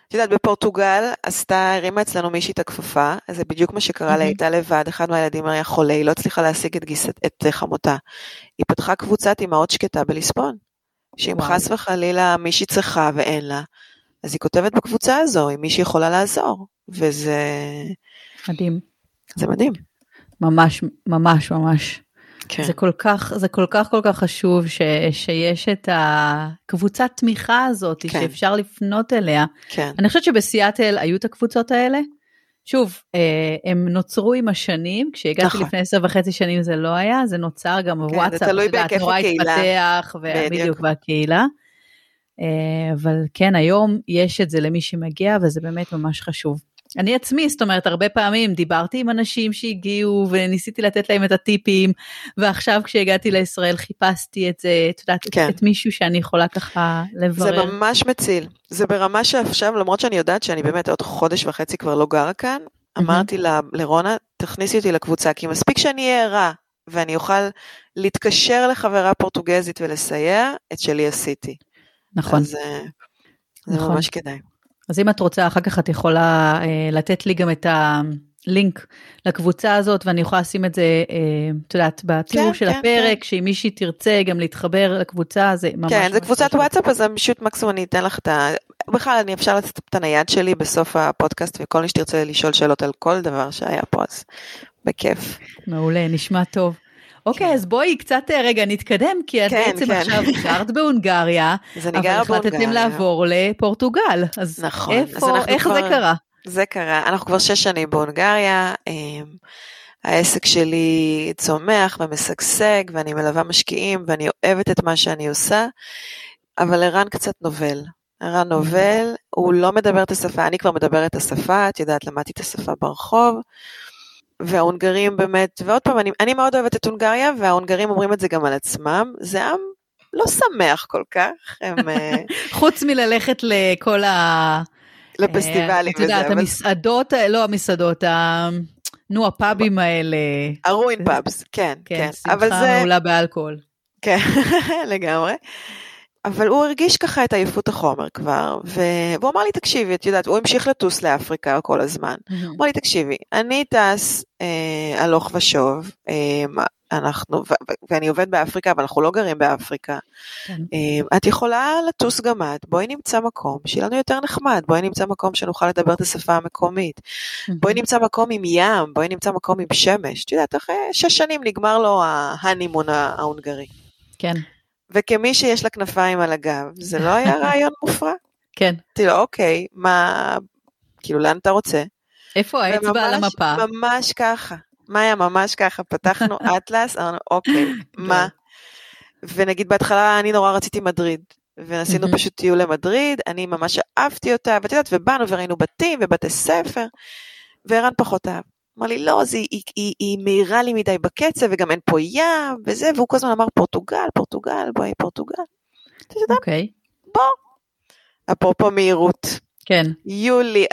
את יודעת, בפורטוגל הרימה אצלנו מישהי את הכפפה, אז זה בדיוק מה שקרה לה, הייתה לבד, אחד מהילדים היה חולה, היא לא הצליחה להשיג את חמותה. היא פתחה קבוצת אמהות שקטה בליסבון, שאם חס וחלילה מישהי צריכה ואין לה, אז היא כותבת בקבוצה הזו, אם מישהי יכולה לעזור, וזה... מדהים. זה מדהים. ממש, ממש, ממש. כן. זה כל כך חשוב שיש את הקבוצת תמיכה הזאת, כן. שאפשר לפנות אליה. כן. אני חושבת שבסיאטל היו את הקבוצות האלה. שוב, הם נוצרו עם השנים, כשהגעתי נכון. לפני 10.5 שנים זה לא היה, זה נוצר גם בוואטסאפ. זה תלוי בהיקף הקהילה. התפתח, בדיוק בקהילה. אבל כן, היום יש את זה למי שמגיע, וזה באמת ממש חשוב. אני עצמי, זאת אומרת, הרבה פעמים דיברתי עם אנשים שהגיעו, וניסיתי לתת להם את הטיפים, ועכשיו כשהגעתי לישראל חיפשתי את זה, את יודעת, כן. את מישהו שאני יכולה ככה לברר. זה ממש מציל. זה ברמה שעכשיו, למרות שאני יודעת שאני באמת עוד חודש וחצי כבר לא גרה כאן, אמרתי לרונה, תכניסי אותי לקבוצה, כי מספיק שאני אהיה ערה, ואני אוכל להתקשר לחברה פורטוגזית ולסייע, את שלי עשיתי. נכון. אז זה ממש כדאי. אז אם את רוצה, אחר כך את יכולה לתת לי גם את הלינק לקבוצה הזאת, ואני יכולה לשים את זה, את יודעת, בתיאור של הפרק, שאם מישהי תרצה גם להתחבר לקבוצה, זה ממש... כן, זה קבוצת וואטסאפ, אז פשוט מקסימום אני אתן לך את ה... בכלל, אני אפשר לתת את הנייד שלי בסוף הפודקאסט, וכל מי שתרצה לשאול שאלות על כל דבר שהיה פה, אז בכיף. מעולה, נשמע טוב. אוקיי, אז בואי קצת רגע נתקדם, כי את בעצם עכשיו גרת בהונגריה, אבל החלטתם לעבור לפורטוגל. אז איך זה קרה? זה קרה, אנחנו כבר 6 שנים בהונגריה, העסק שלי צומח ומשגשג, ואני מלווה משקיעים, ואני אוהבת את מה שאני עושה, אבל ערן קצת נובל. ערן נובל, הוא לא מדבר את השפה, אני כבר מדברת את השפה, את יודעת, למדתי את השפה ברחוב, וההונגרים באמת, ועוד פעם, אני מאוד אוהבת את הונגריה, וההונגרים אומרים את זה גם על עצמם, זה עם לא שמח כל כך. חוץ מללכת לכל לפסטיבלים. את יודעת, המסעדות, לא המסעדות, הפאבים האלה. הרוין פאבס, כן. כן, שמחה מעולה באלכוהול. כן, לגמרי. אבל הוא הרגיש ככה את עייפות החומר כבר, והוא אמר לי, תקשיבי, את יודעת, הוא המשיך לטוס לאפריקה כל הזמן. הוא אמר לי, תקשיבי, אני טס הלוך ושוב, ואני עובד באפריקה, אבל אנחנו לא גרים באפריקה. את יכולה לטוס גם את, בואי נמצא מקום, שיהיה לנו יותר נחמד, בואי נמצא מקום שנוכל לדבר את השפה המקומית, בואי נמצא מקום עם ים, בואי נמצא מקום עם שמש. את יודעת, אחרי 6 שנים נגמר לו ההנימון ההונגרי. כן. וכמי שיש לה כנפיים על הגב, זה לא היה רעיון מופרע. כן. אמרתי לו, אוקיי, מה, כאילו, לאן אתה רוצה? איפה האצבע על המפה? ממש ככה. מה היה ממש ככה? פתחנו אטלס, אמרנו, אוקיי, מה? ונגיד בהתחלה אני נורא רציתי מדריד, ונסענו פשוט טיול למדריד, אני ממש אהבתי אותה, ואת יודעת, ובאנו וראינו בתים ובתי ספר, וערן פחות אהב. אמר לי, לא, היא מהירה לי מדי בקצב, וגם אין פה ים, וזה, והוא כל הזמן אמר, פורטוגל, בואי פורטוגל. אוקיי. בוא. אפרופו מהירות. כן. יולי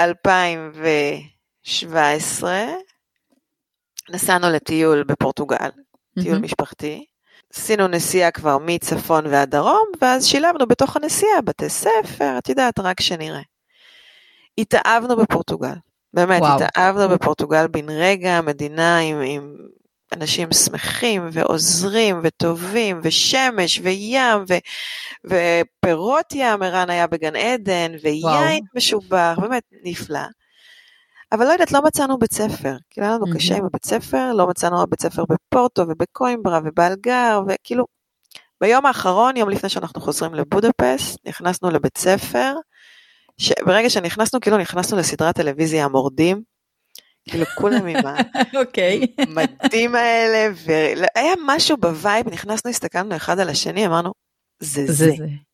2017, נסענו לטיול בפורטוגל, טיול משפחתי, עשינו נסיעה כבר מצפון ועד דרום, ואז שילבנו בתוך הנסיעה, בתי ספר, את יודעת, רק שנראה. התאהבנו בפורטוגל. באמת, התאהבנו בפורטוגל בן רגע, מדינה עם אנשים שמחים ועוזרים וטובים ושמש וים ופירות ים, ערן היה בגן עדן ויין משובח, באמת נפלא. אבל לא יודעת, לא מצאנו בית ספר, כי היה לנו קשה עם הבית ספר, לא מצאנו בית ספר בפורטו ובקוימברה ובאלגר, וכאילו ביום האחרון, יום לפני שאנחנו חוזרים לבודפסט, נכנסנו לבית ספר, ברגע שנכנסנו, כאילו נכנסנו לסדרת טלוויזיה המורדים, כאילו כולם עם המדים האלה, והיה משהו בווייב, נכנסנו, הסתכלנו אחד על השני, אמרנו, זה.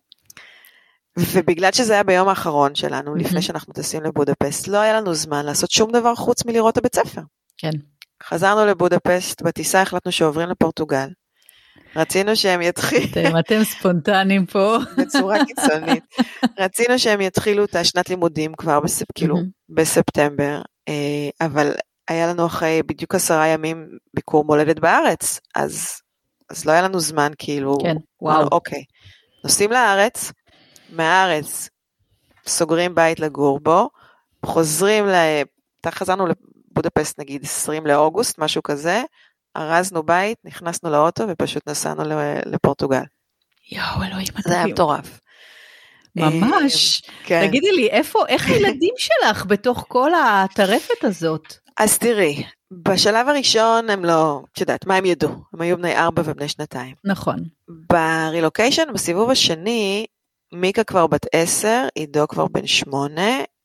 ובגלל שזה היה ביום האחרון שלנו, לפני שאנחנו טסים לבודפסט, לא היה לנו זמן לעשות שום דבר חוץ מלראות את הבית ספר. כן. חזרנו לבודפסט, בטיסה החלטנו שעוברים לפורטוגל, רצינו שהם יתחילו... אתם ספונטניים פה. בצורה קיצונית. רצינו שהם יתחילו את השנת לימודים כבר בספטמבר, אבל היה לנו אחרי בדיוק 10 ימים ביקור מולדת בארץ, אז לא היה לנו זמן כאילו... כן, וואו. אוקיי, נוסעים לארץ, מהארץ, סוגרים בית לגור בו, חוזרים, חזרנו לבודפסט נגיד 20 לאוגוסט, משהו כזה, ארזנו בית, נכנסנו לאוטו ופשוט נסענו לפורטוגל. יואו, אלוהים, זה היה מטורף. ממש. תגידי לי, איך הילדים שלך בתוך כל הטרפת הזאת? אז תראי, בשלב הראשון הם לא, יודעת, מה הם ידעו? הם היו בני 4 ובני 2. נכון. ברילוקיישן, בסיבוב השני, מיקה כבר בת 10, עידו כבר בן 8,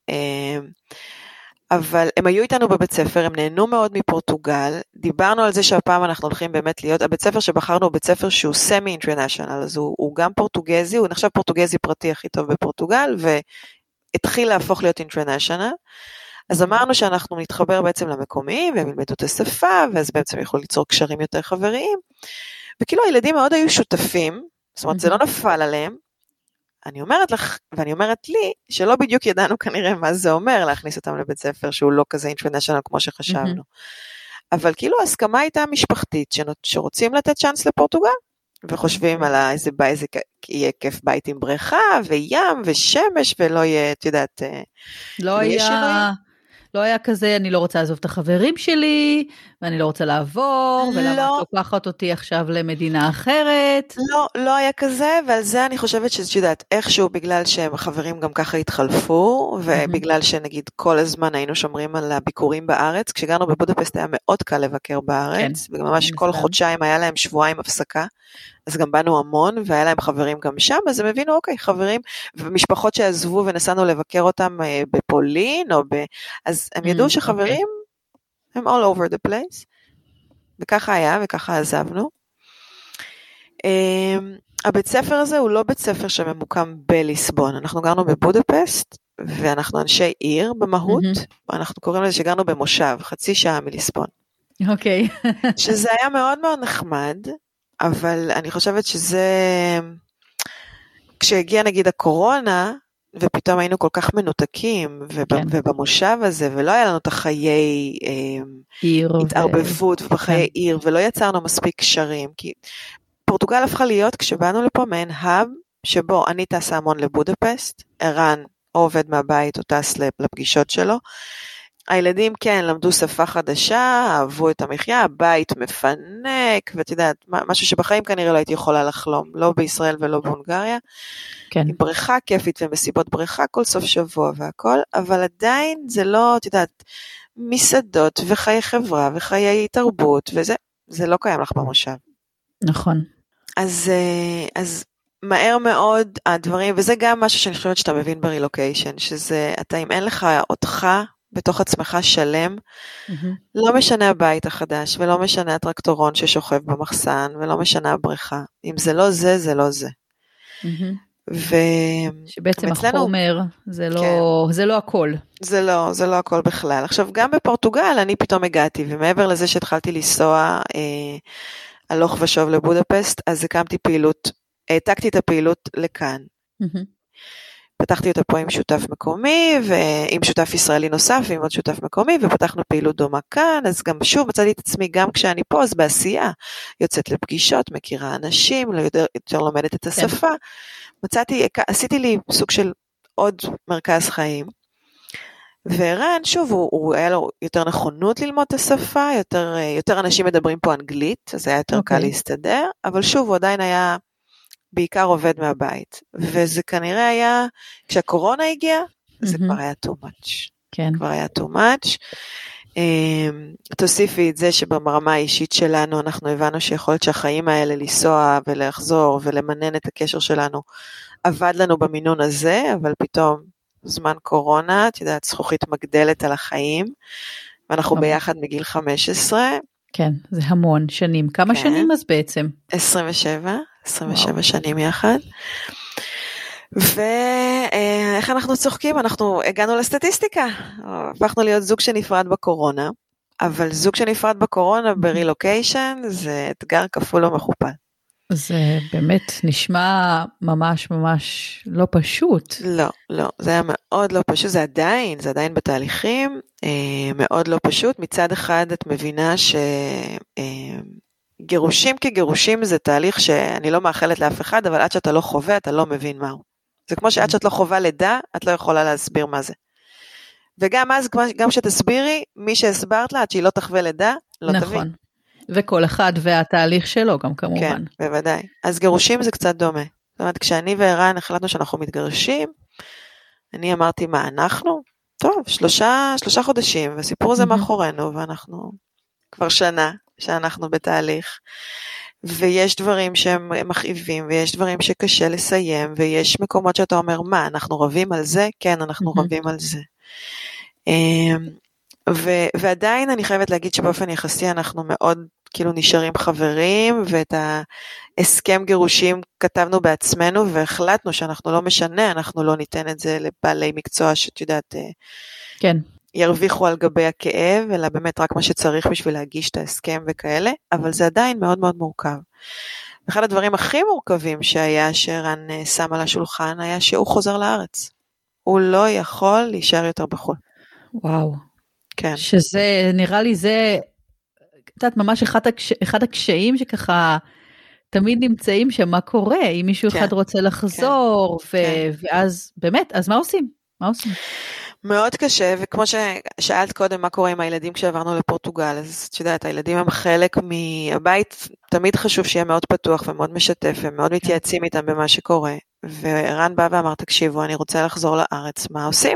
אבל הם היו איתנו בבית ספר, הם נהנו מאוד מפורטוגל, דיברנו על זה שהפעם אנחנו הולכים באמת להיות, הבית ספר שבחרנו הוא בית ספר שהוא סמי-אינטרנשיונל, אז הוא גם פורטוגזי, הוא נחשב פורטוגזי פרטי הכי טוב בפורטוגל, והתחיל להפוך להיות אינטרנשיונל, אז אמרנו שאנחנו נתחבר בעצם למקומיים, והם ילמדו את השפה, ואז בעצם יכולו ליצור קשרים יותר חבריים, וכאילו הילדים מאוד היו שותפים, זאת אומרת זה לא נפל עליהם, אני אומרת לך, ואני אומרת לי, שלא בדיוק ידענו כנראה מה זה אומר, להכניס אותם לבית ספר שהוא לא כזה אינטרנשיונל כמו שחשבנו. אבל כאילו ההסכמה הייתה משפחתית, שרוצים לתת צ'אנס לפורטוגל, וחושבים על איזה יהיה כיף בית עם בריכה, וים, ושמש, ולא יהיה, את יודעת, לא היה כזה, אני לא רוצה לעזוב את החברים שלי, ואני לא רוצה לעבור, ולמה את לוקחת אותי עכשיו למדינה אחרת. לא היה כזה, ועל זה אני חושבת שאת יודעת, איכשהו בגלל שהם חברים גם ככה התחלפו, ובגלל שנגיד כל הזמן היינו שומרים על הביקורים בארץ, כשגרנו בבודפסט היה מאוד קל לבקר בארץ, וממש כל חודשיים היה להם שבועיים הפסקה, אז גם באנו המון, והיה להם חברים גם שם, אז הם הבינו, אוקיי, חברים, ומשפחות שעזבו ונסענו לבקר אותם בפולין, אז הם ידעו שחברים, הם all over the place, וככה היה, וככה עזבנו. הבית ספר הזה הוא לא בית ספר שממוקם בליסבון, אנחנו גרנו בבודפסט, ואנחנו אנשי עיר במהות, אנחנו קוראים לזה שגרנו במושב, חצי שעה מליסבון. אוקיי. שזה היה מאוד מאוד נחמד, אבל אני חושבת שזה, כשהגיע נגיד הקורונה, ופתאום היינו כל כך מנותקים, ובמושב הזה, ולא היה לנו את החיי התערבבות, ובחיי עיר, ולא יצרנו מספיק קשרים, כי פורטוגל הפכה להיות, כשבאנו לפה מעין האב, שבו אני טסה המון לבודפסט, ערן או עובד מהבית, או טס לפגישות שלו, הילדים כן למדו שפה חדשה, אהבו את המחיה, הבית מפנק, ואת יודעת, משהו שבחיים כנראה לא הייתי יכולה לחלום, לא בישראל ולא בהונגריה, כן. עם בריכה כיפית ומסיבות בריכה כל סוף שבוע והכל, אבל עדיין זה לא, את יודעת, מסעדות וחיי חברה וחיי תרבות, וזה לא קיים לך במושב. נכון. אז מהר מאוד הדברים, וזה גם משהו שאני חושבת שאתה מבין ברילוקיישן, שזה, אתה אם אין לך אותך, בתוך עצמך שלם, לא משנה הבית החדש, ולא משנה הטרקטורון ששוכב במחסן, ולא משנה הבריכה. אם זה לא זה, זה לא זה. שבעצם החומר, זה לא הכל. זה לא הכל בכלל. עכשיו, גם בפורטוגל אני פתאום הגעתי, ומעבר לזה שהתחלתי לנסוע הלוך ושוב לבודפסט, אז הקמתי פעילות, העתקתי את הפעילות לכאן. פתחתי אותה פה עם שותף מקומי, ועם שותף ישראלי נוסף, ועם עוד שותף מקומי, ופתחנו פעילות דומה כאן, אז גם שוב מצאתי את עצמי, גם כשאני פה, אז בעשייה, יוצאת לפגישות, מכירה אנשים, יותר לומדת את השפה, עשיתי לי סוג של עוד מרכז חיים, וערן, שוב, הוא היה לו יותר נכונות ללמוד את השפה, יותר אנשים מדברים פה אנגלית, אז היה יותר קל להסתדר, אבל שוב, הוא עדיין היה בעיקר עובד מהבית, וזה כנראה היה, כשהקורונה הגיעה, זה כבר היה too much. כן. כבר היה too much. תוסיפי את זה שברמה האישית שלנו, אנחנו הבנו שיכול להיות שהחיים האלה לנסוע ולחזור ולמנן את הקשר שלנו, עבד לנו במינון הזה, אבל פתאום זמן קורונה, את יודעת, זכוכית מגדלת על החיים, ואנחנו ביחד מגיל 15. כן, זה המון שנים. כמה שנים אז בעצם? 27 שנים יחד. ואיך אנחנו צוחקים? אנחנו הגענו לסטטיסטיקה, הפכנו להיות זוג שנפרד בקורונה, אבל זוג שנפרד בקורונה ברילוקיישן זה אתגר כפול ומכופל. זה באמת נשמע ממש לא פשוט. לא, זה היה מאוד לא פשוט, זה עדיין בתהליכים, מאוד לא פשוט. מצד אחד את מבינה גירושים כגירושים זה תהליך שאני לא מאחלת לאף אחד, אבל עד שאתה לא חווה, אתה לא מבין מהו. זה כמו שעד שאת לא חובה לידה, את לא יכולה להסביר מה זה. וגם אז, גם שתסבירי, מי שהסברת לה, עד שהיא לא תחווה לידה, לא תבין. נכון. וכל אחד והתהליך שלו גם כמובן. כן, בוודאי. אז גירושים זה קצת דומה. זאת אומרת, כשאני וערן החלטנו שאנחנו מתגרשים, אני אמרתי, מה, אנחנו? טוב, 3 חודשים, והסיפור הזה מאחורינו, ואנחנו כבר שנה שאנחנו בתהליך, ויש דברים שהם מכאיבים, ויש דברים שקשה לסיים, ויש מקומות שאתה אומר, מה, אנחנו רבים על זה? כן, אנחנו רבים על זה. ועדיין אני חייבת להגיד שבאופן יחסי אנחנו מאוד כאילו נשארים חברים, ואת ההסכם גירושים כתבנו בעצמנו, והחלטנו שאנחנו לא משנה, אנחנו לא ניתן את זה לבעלי מקצוע שאת יודעת, כן. ירוויחו על גבי הכאב, אלא באמת רק מה שצריך בשביל להגיש את ההסכם וכאלה, אבל זה עדיין מאוד מאוד מורכב. אחד הדברים הכי מורכבים שהיה שרן שם על השולחן, היה שהוא חוזר לארץ. הוא לא יכול להישאר יותר בחו"ל. וואו. כן. שזה, נראה לי זה, קצת ממש אחד הקשיים שככה, תמיד נמצאים שם, מה קורה, אם מישהו אחד רוצה לחזור, ואז באמת, אז מה עושים? מה עושים? מאוד קשה, וכמו ששאלת קודם מה קורה עם הילדים כשעברנו לפורטוגל, אז את יודעת, הילדים הם חלק מהבית, תמיד חשוב שיהיה מאוד פתוח ומאוד משתף, ומאוד מתייעצים איתם במה שקורה, ורן בא ואמר, תקשיבו, אני רוצה לחזור לארץ, מה עושים?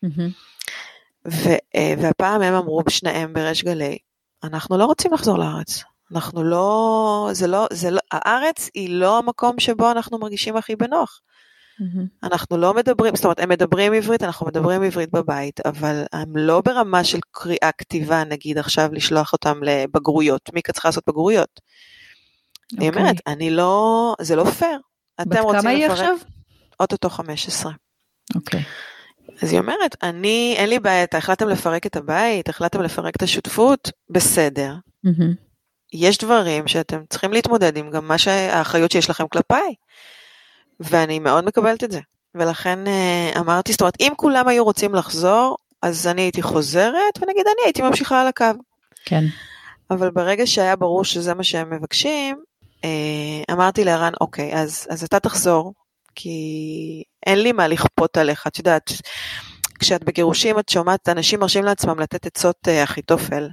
והפעם הם אמרו בשניהם בריש גלי, אנחנו לא רוצים לחזור לארץ, אנחנו לא, הארץ היא לא המקום שבו אנחנו מרגישים הכי בנוח, אנחנו לא מדברים, זאת אומרת, הם מדברים עברית, אנחנו מדברים עברית בבית, אבל הם לא ברמה של קריאה כתיבה, נגיד עכשיו לשלוח אותם לבגרויות, מי צריכה לעשות בגרויות? אני אומרת, זה לא פייר. בת כמה היא עכשיו? אוטוטו 15. אוקיי. אז היא אומרת, אין לי בעיה, החלטתם לפרק את הבית, החלטתם לפרק את השותפות, בסדר. יש דברים שאתם צריכים להתמודד עם גם האחריות שיש לכם כלפיי. ואני מאוד מקבלת את זה. ולכן אמרתי, זאת אומרת, אם כולם היו רוצים לחזור, אז אני הייתי חוזרת, ונגיד אני הייתי ממשיכה על הקו. כן. אבל ברגע שהיה ברור שזה מה שהם מבקשים, אמרתי לערן, אוקיי, אז אתה תחזור, כי אין לי מה לכפות עליך, את יודעת, כשאת בגירושים את שומעת, אנשים מרשים לעצמם לתת עצות אחיתופל,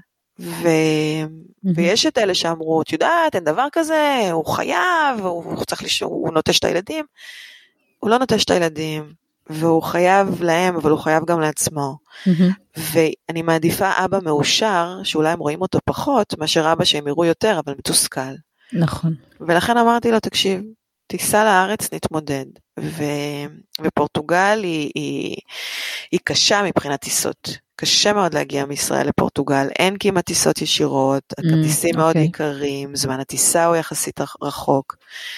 ויש את אלה שאמרו, את יודעת, אין דבר כזה, הוא חייב, הוא נוטש את הילדים, הוא לא נוטש את הילדים, והוא חייב להם, אבל הוא חייב גם לעצמו, ואני מעדיפה אבא מאושר, שאולי הם רואים אותו פחות, מאשר אבא שהם יראו יותר, אבל מתוסכל. נכון. ולכן אמרתי לו, תקשיב, תיסע לארץ, נתמודד, ופורטוגל היא קשה מבחינת טיסות, קשה מאוד להגיע מישראל לפורטוגל, אין כמעט טיסות ישירות, הכרטיסים מאוד יקרים, זמן הטיסה הוא יחסית רחוק,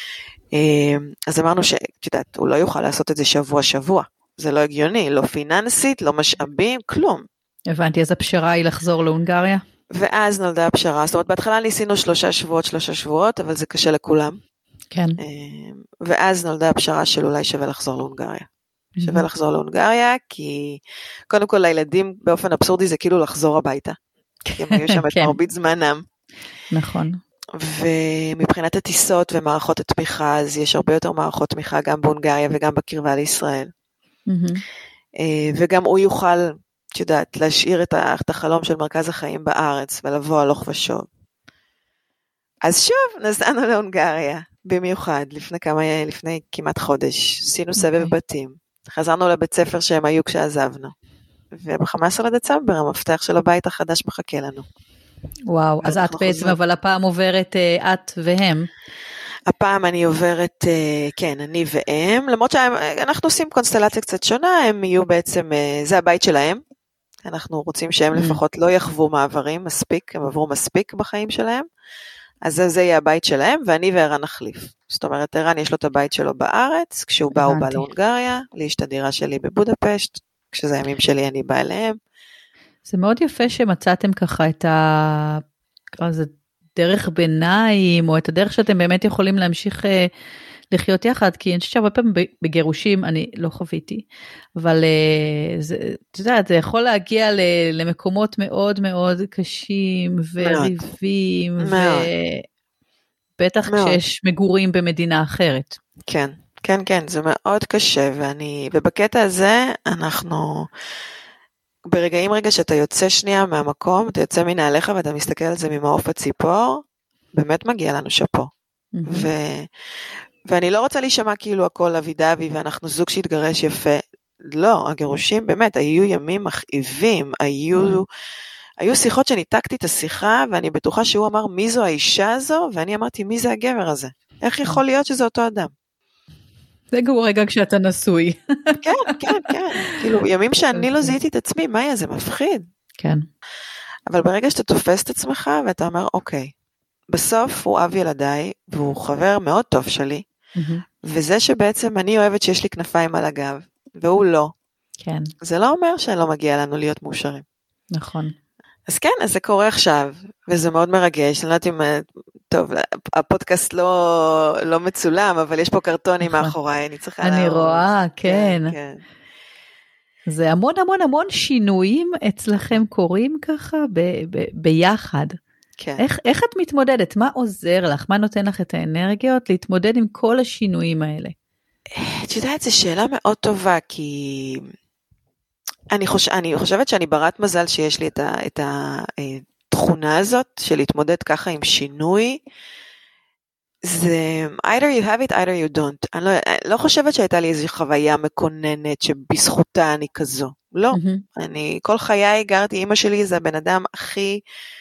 אז אמרנו שאת יודעת, הוא לא יוכל לעשות את זה שבוע, זה לא הגיוני, לא פיננסית, לא משאבים, כלום. הבנתי, אז הפשרה היא לחזור להונגריה? ואז נולדה הפשרה, זאת אומרת, בהתחלה ניסינו 3 שבועות, אבל זה קשה לכולם. כן. ואז נולדה הפשרה של אולי שווה לחזור להונגריה. שווה לחזור להונגריה, כי קודם כל לילדים באופן אבסורדי זה כאילו לחזור הביתה. כי הם היו שם את מרבית זמנם. נכון. ומבחינת הטיסות ומערכות התמיכה, אז יש הרבה יותר מערכות תמיכה גם בהונגריה וגם בקרבה לישראל. וגם הוא יוכל, את יודעת, להשאיר את החלום של מרכז החיים בארץ, ולבוא הלוך ושוב. אז שוב, נסענו להונגריה, במיוחד, לפני כמעט חודש, עשינו סבב בתים, חזרנו לבית ספר שהם היו כשעזבנו, וב-15 לדצמבר, המפתח של הבית החדש מחכה לנו. וואו, אז את בעצם, אבל הפעם עוברת את והם. הפעם אני עוברת, כן, אני והם, למרות שאנחנו עושים קונסטלציה קצת שונה, הם יהיו בעצם, זה הבית שלהם, אנחנו רוצים שהם לפחות לא יחוו מעברים מספיק, הם עברו מספיק בחיים שלהם, אז זה יהיה הבית שלהם, ואני וערן נחליף. זאת אומרת, ערן יש לו את הבית שלו בארץ, כשהוא בא הוא בא להונגריה, לי יש את הדירה שלי בבודפשט, כשזה הימים שלי אני באה אליהם. זה מאוד יפה שמצאתם ככה את דרך ביניים, או את הדרך שאתם באמת יכולים להמשיך לחיות יחד, כי אני חושבת שהרבה פעמים בגירושים, אני לא חוויתי, אבל את יודעת, זה יכול להגיע למקומות מאוד מאוד קשים, וריבים, ובטח כשיש מגורים במדינה אחרת. כן, כן, כן, זה מאוד קשה, ובקטע הזה אנחנו, ברגעים שאתה יוצא שנייה מהמקום, אתה יוצא מנעליך ואתה מסתכל על זה ממעוף הציפור, באמת מגיע לנו שפו. ואני לא רוצה להישמע כאילו הכל אבי דבי, ואנחנו זוג שהתגרש יפה. לא, הגירושים באמת, היו ימים מכאיבים, היו שיחות שניתקתי את השיחה, ואני בטוחה שהוא אמר מי זו האישה הזו, ואני אמרתי מי זה הגבר הזה? איך יכול להיות שזה אותו אדם? זה גרוע רגע כשאתה נשוי. כן, כן, כן. כאילו, ימים שאני לא זיהיתי את עצמי, מה יהיה? זה מפחיד. כן. אבל ברגע שאתה תופס את עצמך, ואתה אומר, אוקיי, בסוף הוא אב ילדיי, והוא חבר מאוד טוב שלי, וזה שבעצם אני אוהבת שיש לי כנפיים על הגב, והוא לא. כן. זה לא אומר שלא מגיע לנו להיות מאושרים. נכון. אז כן, אז זה קורה עכשיו, וזה מאוד מרגש, אני לא יודעת אם, טוב, הפודקאסט לא מצולם, אבל יש פה קרטונים מאחוריי, אני צריכה אני רואה, כן. כן. זה המון המון המון שינויים אצלכם קורים ככה ביחד. כן. איך את מתמודדת? מה עוזר לך? מה נותן לך את האנרגיות להתמודד עם כל השינויים האלה? את יודעת, זו שאלה מאוד טובה, כי אני חושבת שאני ברת מזל שיש לי את התכונה הזאת של להתמודד ככה עם שינוי. זה either you have it, either you don't. אני לא חושבת שהייתה לי איזו חוויה מקוננת שבזכותה אני כזו. לא. אני כל חיי גרתי, אמא שלי זה הבן אדם הכי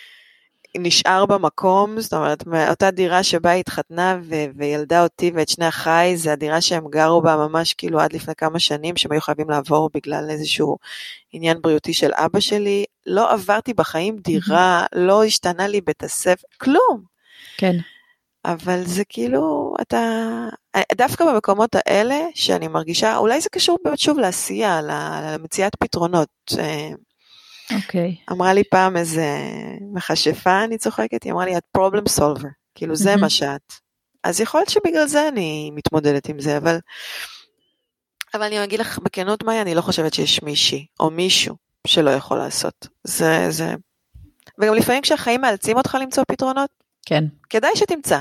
נשאר במקום, זאת אומרת, אותה דירה שבה היא התחתנה וילדה אותי ואת שני אחיי, זה הדירה שהם גרו בה ממש כאילו עד לפני כמה שנים, שהם היו חייבים לעבור בגלל איזשהו עניין בריאותי של אבא שלי, לא עברתי בחיים דירה, לא השתנה לי בית הספר, כלום. כן. אבל זה כאילו, דווקא במקומות האלה, שאני מרגישה, אולי זה קשור באמת שוב לעשייה, למציאת פתרונות, אוקיי. אמרה לי פעם איזה מכשפה, אני צוחקת, היא אמרה לי, את problem solver, כאילו זה מה שאת. אז יכול להיות שבגלל זה אני מתמודדת עם זה, אבל אני אגיד לך בכנות מאי, אני לא חושבת שיש מישהי או מישהו שלא יכול לעשות. זה. וגם לפעמים כשהחיים מאלצים אותך למצוא פתרונות, כן. כדאי שתמצא.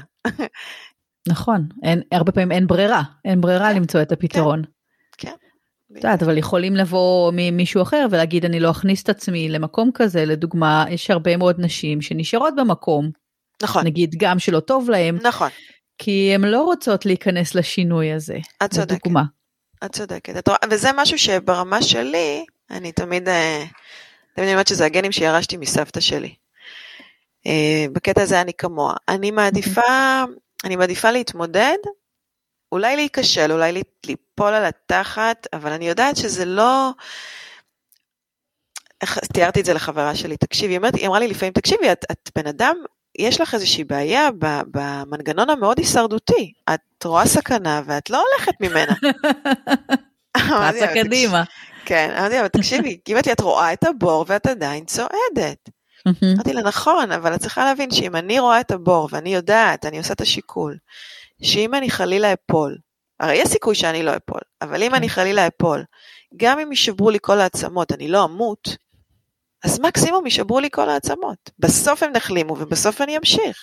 נכון, הרבה פעמים אין ברירה למצוא את הפתרון. כן. יודעת, אבל יכולים לבוא ממישהו אחר ולהגיד, אני לא אכניס את עצמי למקום כזה, לדוגמה, יש הרבה מאוד נשים שנשארות במקום, נכון. נגיד גם שלא טוב להם, נכון. כי הן לא רוצות להיכנס לשינוי הזה. את צודקת. לדוגמה. את צודקת. וזה משהו שברמה שלי, אני תמיד אומרת שזה הגנים שירשתי מסבתא שלי. בקטע הזה אני כמוה. אני מעדיפה להתמודד, אולי להיכשל, אולי ליפול על התחת, אבל אני יודעת שזה לא, תיארתי את זה לחברה שלי, תקשיבי, היא אמרה לי לפעמים, תקשיבי, את בן אדם, יש לך איזושהי בעיה במנגנון המאוד הישרדותי, את רואה סכנה ואת לא הולכת ממנה. רצה קדימה. כן, אמרתי, אבל תקשיבי, את רואה את הבור ואת עדיין צועדת. אמרתי לה, נכון, אבל את צריכה להבין שאם אני רואה את הבור ואני יודעת, אני עושה את השיקול, שאם אני חלילה אפול, הרי יש סיכוי שאני לא אפול, אבל אם אני חלילה אפול, גם אם ישברו לי כל העצמות, אני לא אמות, אז מקסימום ישברו לי כל העצמות. בסוף הם נחלימו, ובסוף אני אמשיך.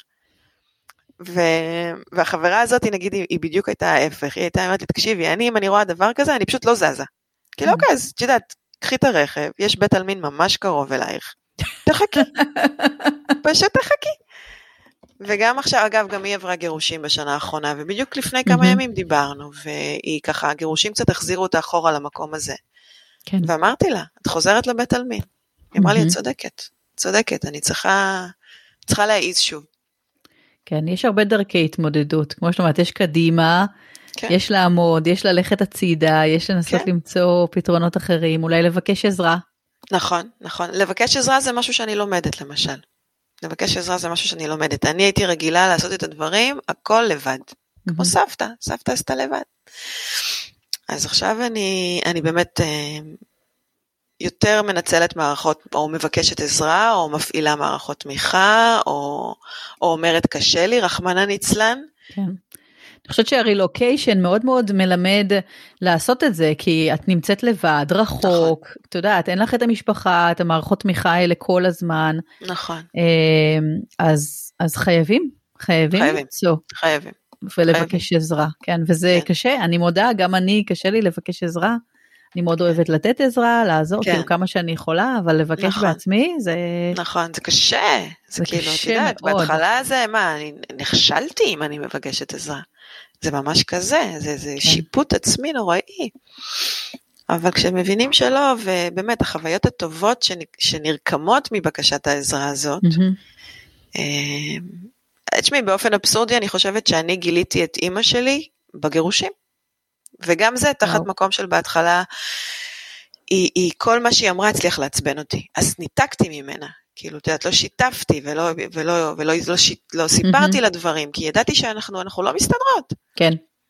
והחברה הזאת, נגיד, היא בדיוק הייתה ההפך, היא הייתה אומרת לי, תקשיבי, אם אני רואה דבר כזה, אני פשוט לא זזה. כי לא כזה, את יודעת, קחי את הרכב, יש בית עלמין ממש קרוב אלייך, תחכי, פשוט תחכי. וגם עכשיו, אגב, גם היא עברה גירושים בשנה האחרונה, ובדיוק לפני כמה ימים דיברנו, והיא ככה, הגירושים קצת החזירו אותה אחורה למקום הזה. כן. ואמרתי לה, את חוזרת לבית עלמין. היא אמרה לי, את צודקת, אני צריכה להעיז שוב. כן, יש הרבה דרכי התמודדות, כמו שאת אומרת, יש קדימה, כן. יש לעמוד, יש ללכת הצידה, יש לנסות כן. למצוא פתרונות אחרים, אולי לבקש עזרה. נכון, לבקש עזרה זה משהו שאני לומדת למשל. לבקש עזרה זה משהו שאני לומדת. אני הייתי רגילה לעשות את הדברים, הכל לבד. כמו סבתא עשתה לבד. אז עכשיו אני באמת יותר מנצלת מערכות, או מבקשת עזרה, או מפעילה מערכות תמיכה, או אומרת קשה לי, רחמנא ליצלן. כן. אני חושבת שהרילוקיישן מאוד מאוד מלמד לעשות את זה, כי את נמצאת לבד, רחוק, את יודעת, אין לך את המשפחה, את המערכות תמיכה האלה כל הזמן. נכון. אז חייבים למצוא. חייבים. ולבקש עזרה, כן, וזה קשה, אני מודה, גם אני, קשה לי לבקש עזרה, אני מאוד אוהבת לתת עזרה, לעזור, כאילו כמה שאני יכולה, אבל לבקש בעצמי, זה... נכון, זה קשה, זה כאילו, את יודעת, בהתחלה זה, מה, אני נכשלתי אם אני מבקשת עזרה, זה ממש כזה, זה שיפוט עצמי נוראי, אבל כשמבינים שלא, ובאמת, החוויות הטובות שנרקמות מבקשת העזרה הזאת, תשמעי, באופן אבסורדי, אני חושבת שאני גיליתי את אמא שלי בגירושים, וגם זה תחת מקום של בהתחלה, היא כל מה שהיא אמרה הצליח לעצבן אותי, אז ניתקתי ממנה, כאילו, את יודעת, לא שיתפתי, ולא סיפרתי לדברים, כי ידעתי שאנחנו לא מסתדרות. כן.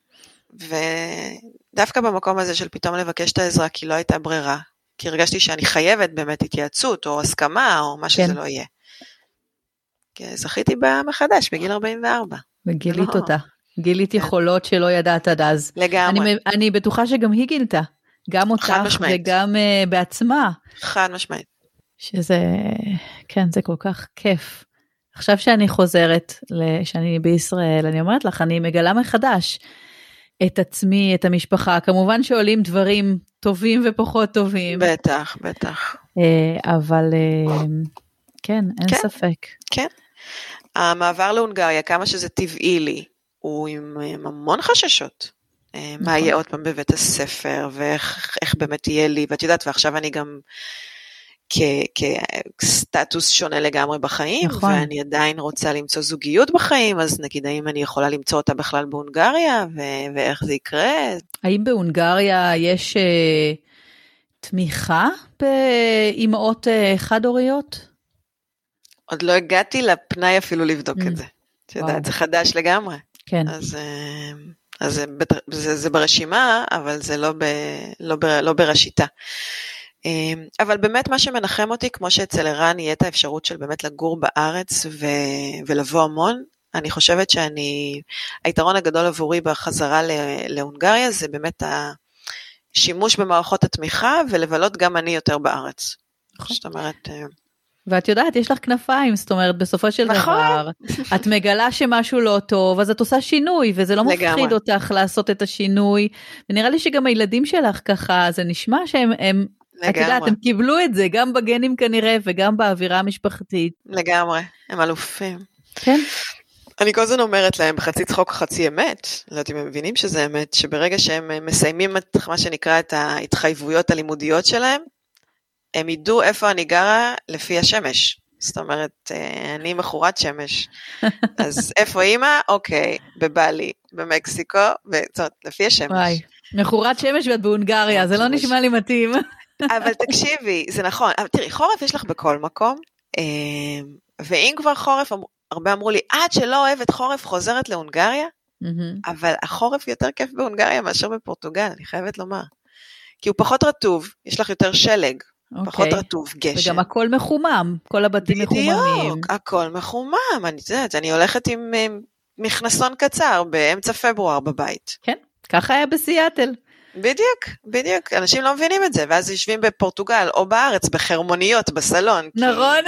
ודווקא במקום הזה של פתאום לבקש את העזרה, כי לא הייתה ברירה, כי הרגשתי שאני חייבת באמת התייעצות, או הסכמה, או מה שזה לא יהיה. כי זכיתי בה מחדש, בגיל 44. וגילית אותה. גילית יכולות שלא ידעת עד אז. לגמרי. אני בטוחה שגם היא גילתה. גם אותך וגם בעצמה. חד משמעית. שזה, כן, זה כל כך כיף. עכשיו שאני חוזרת, שאני בישראל, אני אומרת לך, אני מגלה מחדש את עצמי, את המשפחה. כמובן שעולים דברים טובים ופחות טובים. בטח, בטח. אבל כן, אין ספק. כן. המעבר להונגריה, כמה שזה טבעי לי, הוא עם המון חששות. מה יהיה עוד פעם בבית הספר, ואיך באמת יהיה לי, ואת יודעת, ועכשיו אני גם כסטטוס שונה לגמרי בחיים, ואני עדיין רוצה למצוא זוגיות בחיים, אז נגיד, האם אני יכולה למצוא אותה בכלל בהונגריה, ואיך זה יקרה? האם בהונגריה יש תמיכה באמהות חד-הוריות? עוד לא הגעתי לפנאי אפילו לבדוק את זה. את יודעת, זה חדש לגמרי. כן. אז זה ברשימה, אבל זה לא בראשיתה. אבל באמת מה שמנחם אותי, כמו שאצל ערן יהיה את האפשרות של באמת לגור בארץ ולבוא המון, אני חושבת היתרון הגדול עבורי בחזרה להונגריה, זה באמת השימוש במערכות התמיכה, ולבלות גם אני יותר בארץ. זאת אומרת... ואת יודעת, יש לך כנפיים, זאת אומרת, בסופו של דבר, את מגלה שמשהו לא טוב, אז את עושה שינוי, וזה לא מפחיד אותך לעשות את השינוי, ונראה לי שגם הילדים שלך ככה, זה נשמע שהם, את יודעת, הם קיבלו את זה, גם בגנים כנראה, וגם באווירה המשפחתית. לגמרי, הם אלופים. כן. אני כל הזמן אומרת להם, בחצי צחוק חצי אמת, לא יודעת אם הם מבינים שזה אמת, שברגע שהם מסיימים את מה שנקרא את ההתחייבויות הלימודיות שלהם, הם ידעו איפה אני גרה לפי השמש. זאת אומרת, אני מחורת שמש. אז איפה אימא? אוקיי, בבלי, במקסיקו, לפי השמש. וואי, מחורת שמש ואת בהונגריה, זה לא נשמע לי מתאים. אבל תקשיבי, זה נכון. תראי, חורף יש לך בכל מקום, ואם כבר חורף, הרבה אמרו לי, עד שלא אוהבת חורף חוזרת להונגריה, אבל החורף יותר כיף בהונגריה מאשר בפורטוגל, אני חייבת לומר. כי הוא פחות רטוב, יש לך יותר שלג. פחות רטוב, גשם. וגם הכל מחומם, כל הבתים מחוממים. בדיוק, הכל מחומם, אני הולכת עם מכנסון קצר באמצע פברואר בבית. כן, ככה היה בסיאטל. בדיוק, אנשים לא מבינים את זה, ואז יושבים בפורטוגל או בארץ בחרמוניות בסלון. נכון,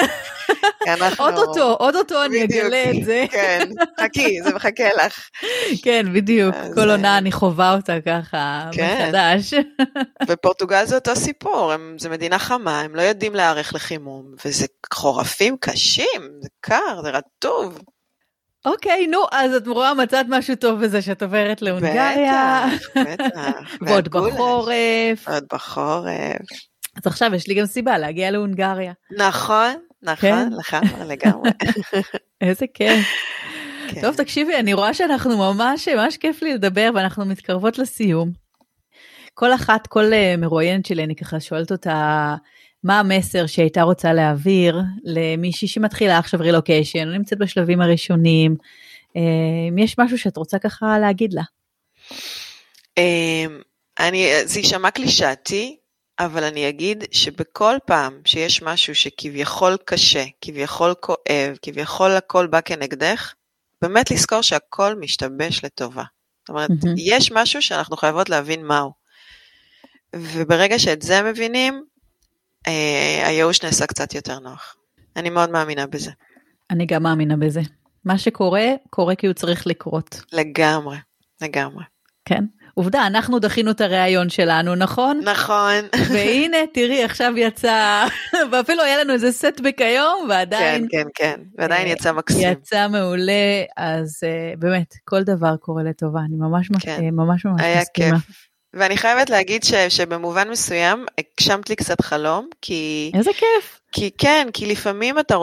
אוטוטו אני אגלה את זה. כן, חכי, זה מחכה לך. כן, בדיוק, כל עונה אני חובה אותה ככה מחדש. ופורטוגל זה אותו סיפור, זה מדינה חמה, הם לא יודעים להערך לחימום, וזה חורפים קשים, זה קר, זה רטוב. אוקיי, נו, אז את רואה מצאת משהו טוב בזה שאת עוברת להונגריה. בטח. ועוד בחורף. עוד בחורף. אז עכשיו יש לי גם סיבה להגיע להונגריה. נכון, לך לגמרי. איזה כיף. טוב, תקשיבי, אני רואה שאנחנו ממש כיף לי לדבר, ואנחנו מתקרבות לסיום. כל מרואיינת שלי, אני ככה שואלת אותה, מה המסר שהייתה רוצה להעביר למישהי שמתחילה עכשיו רילוקיישן, נמצאת בשלבים הראשונים, אם יש משהו שאת רוצה ככה להגיד לה? זה יישמע קלישאתי, אבל אני אגיד שבכל פעם שיש משהו שכביכול קשה, כביכול כואב, כביכול הכל בא כנגדך, באמת לזכור שהכל משתבש לטובה. זאת אומרת, יש משהו שאנחנו חייבות להבין מהו. וברגע שאת זה מבינים, הייאוש נעשה קצת יותר נוח. אני מאוד מאמינה בזה. אני גם מאמינה בזה. מה שקורה, קורה כי הוא צריך לקרות. לגמרי, לגמרי. כן. עובדה, אנחנו דחינו את הרעיון שלנו, נכון? נכון. והנה, תראי, עכשיו יצא, ואפילו היה לנו איזה סטבק היום, ועדיין... כן, כן, כן, ועדיין יצא מקסים. יצא מעולה, אז באמת, כל דבר קורה לטובה, אני ממש מסכימה. היה כיף. ואני חייבת להגיד שבמובן מסוים, הגשמת לי קצת חלום, כי... איזה כיף. כי לפעמים אתה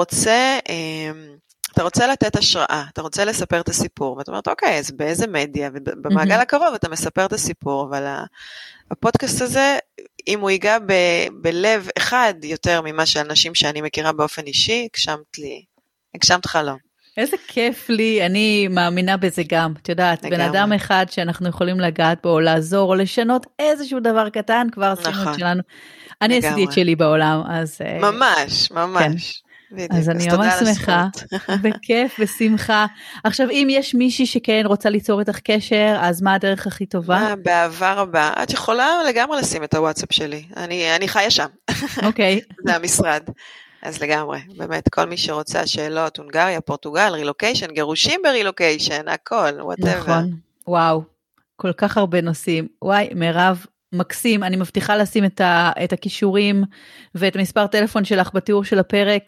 רוצה לתת השראה, אתה רוצה לספר את הסיפור, ואתה אומרת, אוקיי, אז באיזה מדיה, ובמעגל הקרוב אתה מספר את הסיפור, אבל הפודקאסט הזה, אם הוא ייגע בלב אחד יותר ממה שאנשים שאני מכירה באופן אישי, הגשמת חלום. איזה כיף לי, אני מאמינה בזה גם, את יודעת, בן אדם אחד שאנחנו יכולים לגעת בו, או לעזור, או לשנות איזשהו דבר קטן, כבר עשינו את שלנו. אני עשיתי את שלי בעולם, אז... ממש, ממש. אז אני ממש שמחה, בכיף, בשמחה. עכשיו, אם יש מישהי שכן רוצה ליצור איתך קשר, אז מה הדרך הכי טובה? באהבה רבה. את יכולה לגמרי לשים את הוואטסאפ שלי. אני חיה שם. אוקיי. זה המשרד. אז לגמרי, באמת, כל מי שרוצה שאלות, הונגריה, פורטוגל, רילוקיישן, גירושים ברילוקיישן, הכל, whatever. נכון, וואו, כל כך הרבה נושאים. וואי, מירב, מקסים, אני מבטיחה לשים את הכישורים ואת מספר טלפון שלך בתיאור של הפרק,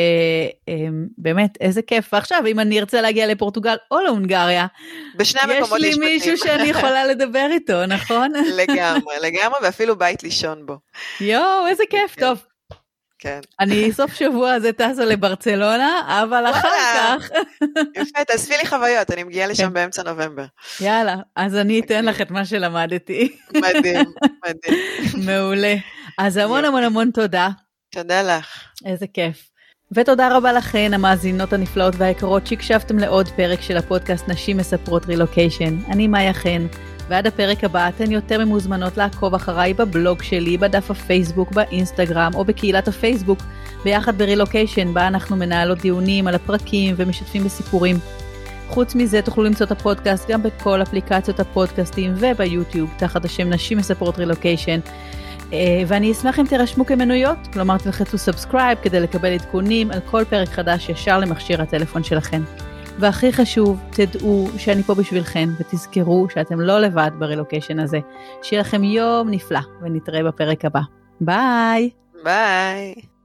ובאמת, איזה כיף. ועכשיו, אם אני ארצה להגיע לפורטוגל או להונגריה, בשני המקומות יש לי מישהו שאני יכולה לדבר איתו, נכון? לגמרי, ואפילו בית לישון בו. יואו, איזה כיף, טוב. כן. אני סוף שבוע הזה טסה לברצלונה, אבל אחר כך... יפה, תאספי לי חוויות, אני מגיעה לשם באמצע נובמבר. יאללה, אז אני אתן לך את מה שלמדתי. מדהים, מדהים. מעולה. אז המון המון המון תודה. תודה לך. איזה כיף. ותודה רבה לכן, המאזינות הנפלאות והיקרות, שהקשבתם לעוד פרק של הפודקאסט נשים מספרות רילוקיישן. אני מאיה חן. ועד הפרק הבא אתן יותר ממוזמנות לעקוב אחריי בבלוג שלי, בדף הפייסבוק, באינסטגרם או בקהילת הפייסבוק, ביחד ברילוקיישן, בה אנחנו מנהלות דיונים על הפרקים ומשתפים בסיפורים. חוץ מזה תוכלו למצוא את הפודקאסט גם בכל אפליקציות הפודקאסטים וביוטיוב, תחת השם נשים מספרות רילוקיישן. ואני אשמח אם תירשמו כמנויות, כלומר תלחצו סאבסקרייב כדי לקבל עדכונים על כל פרק חדש ישר למכשיר הטלפון שלכם. והכי חשוב, תדעו שאני פה בשבילכם, ותזכרו שאתם לא לבד ברילוקיישן הזה. שיהיה לכם יום נפלא, ונתראה בפרק הבא. ביי! ביי!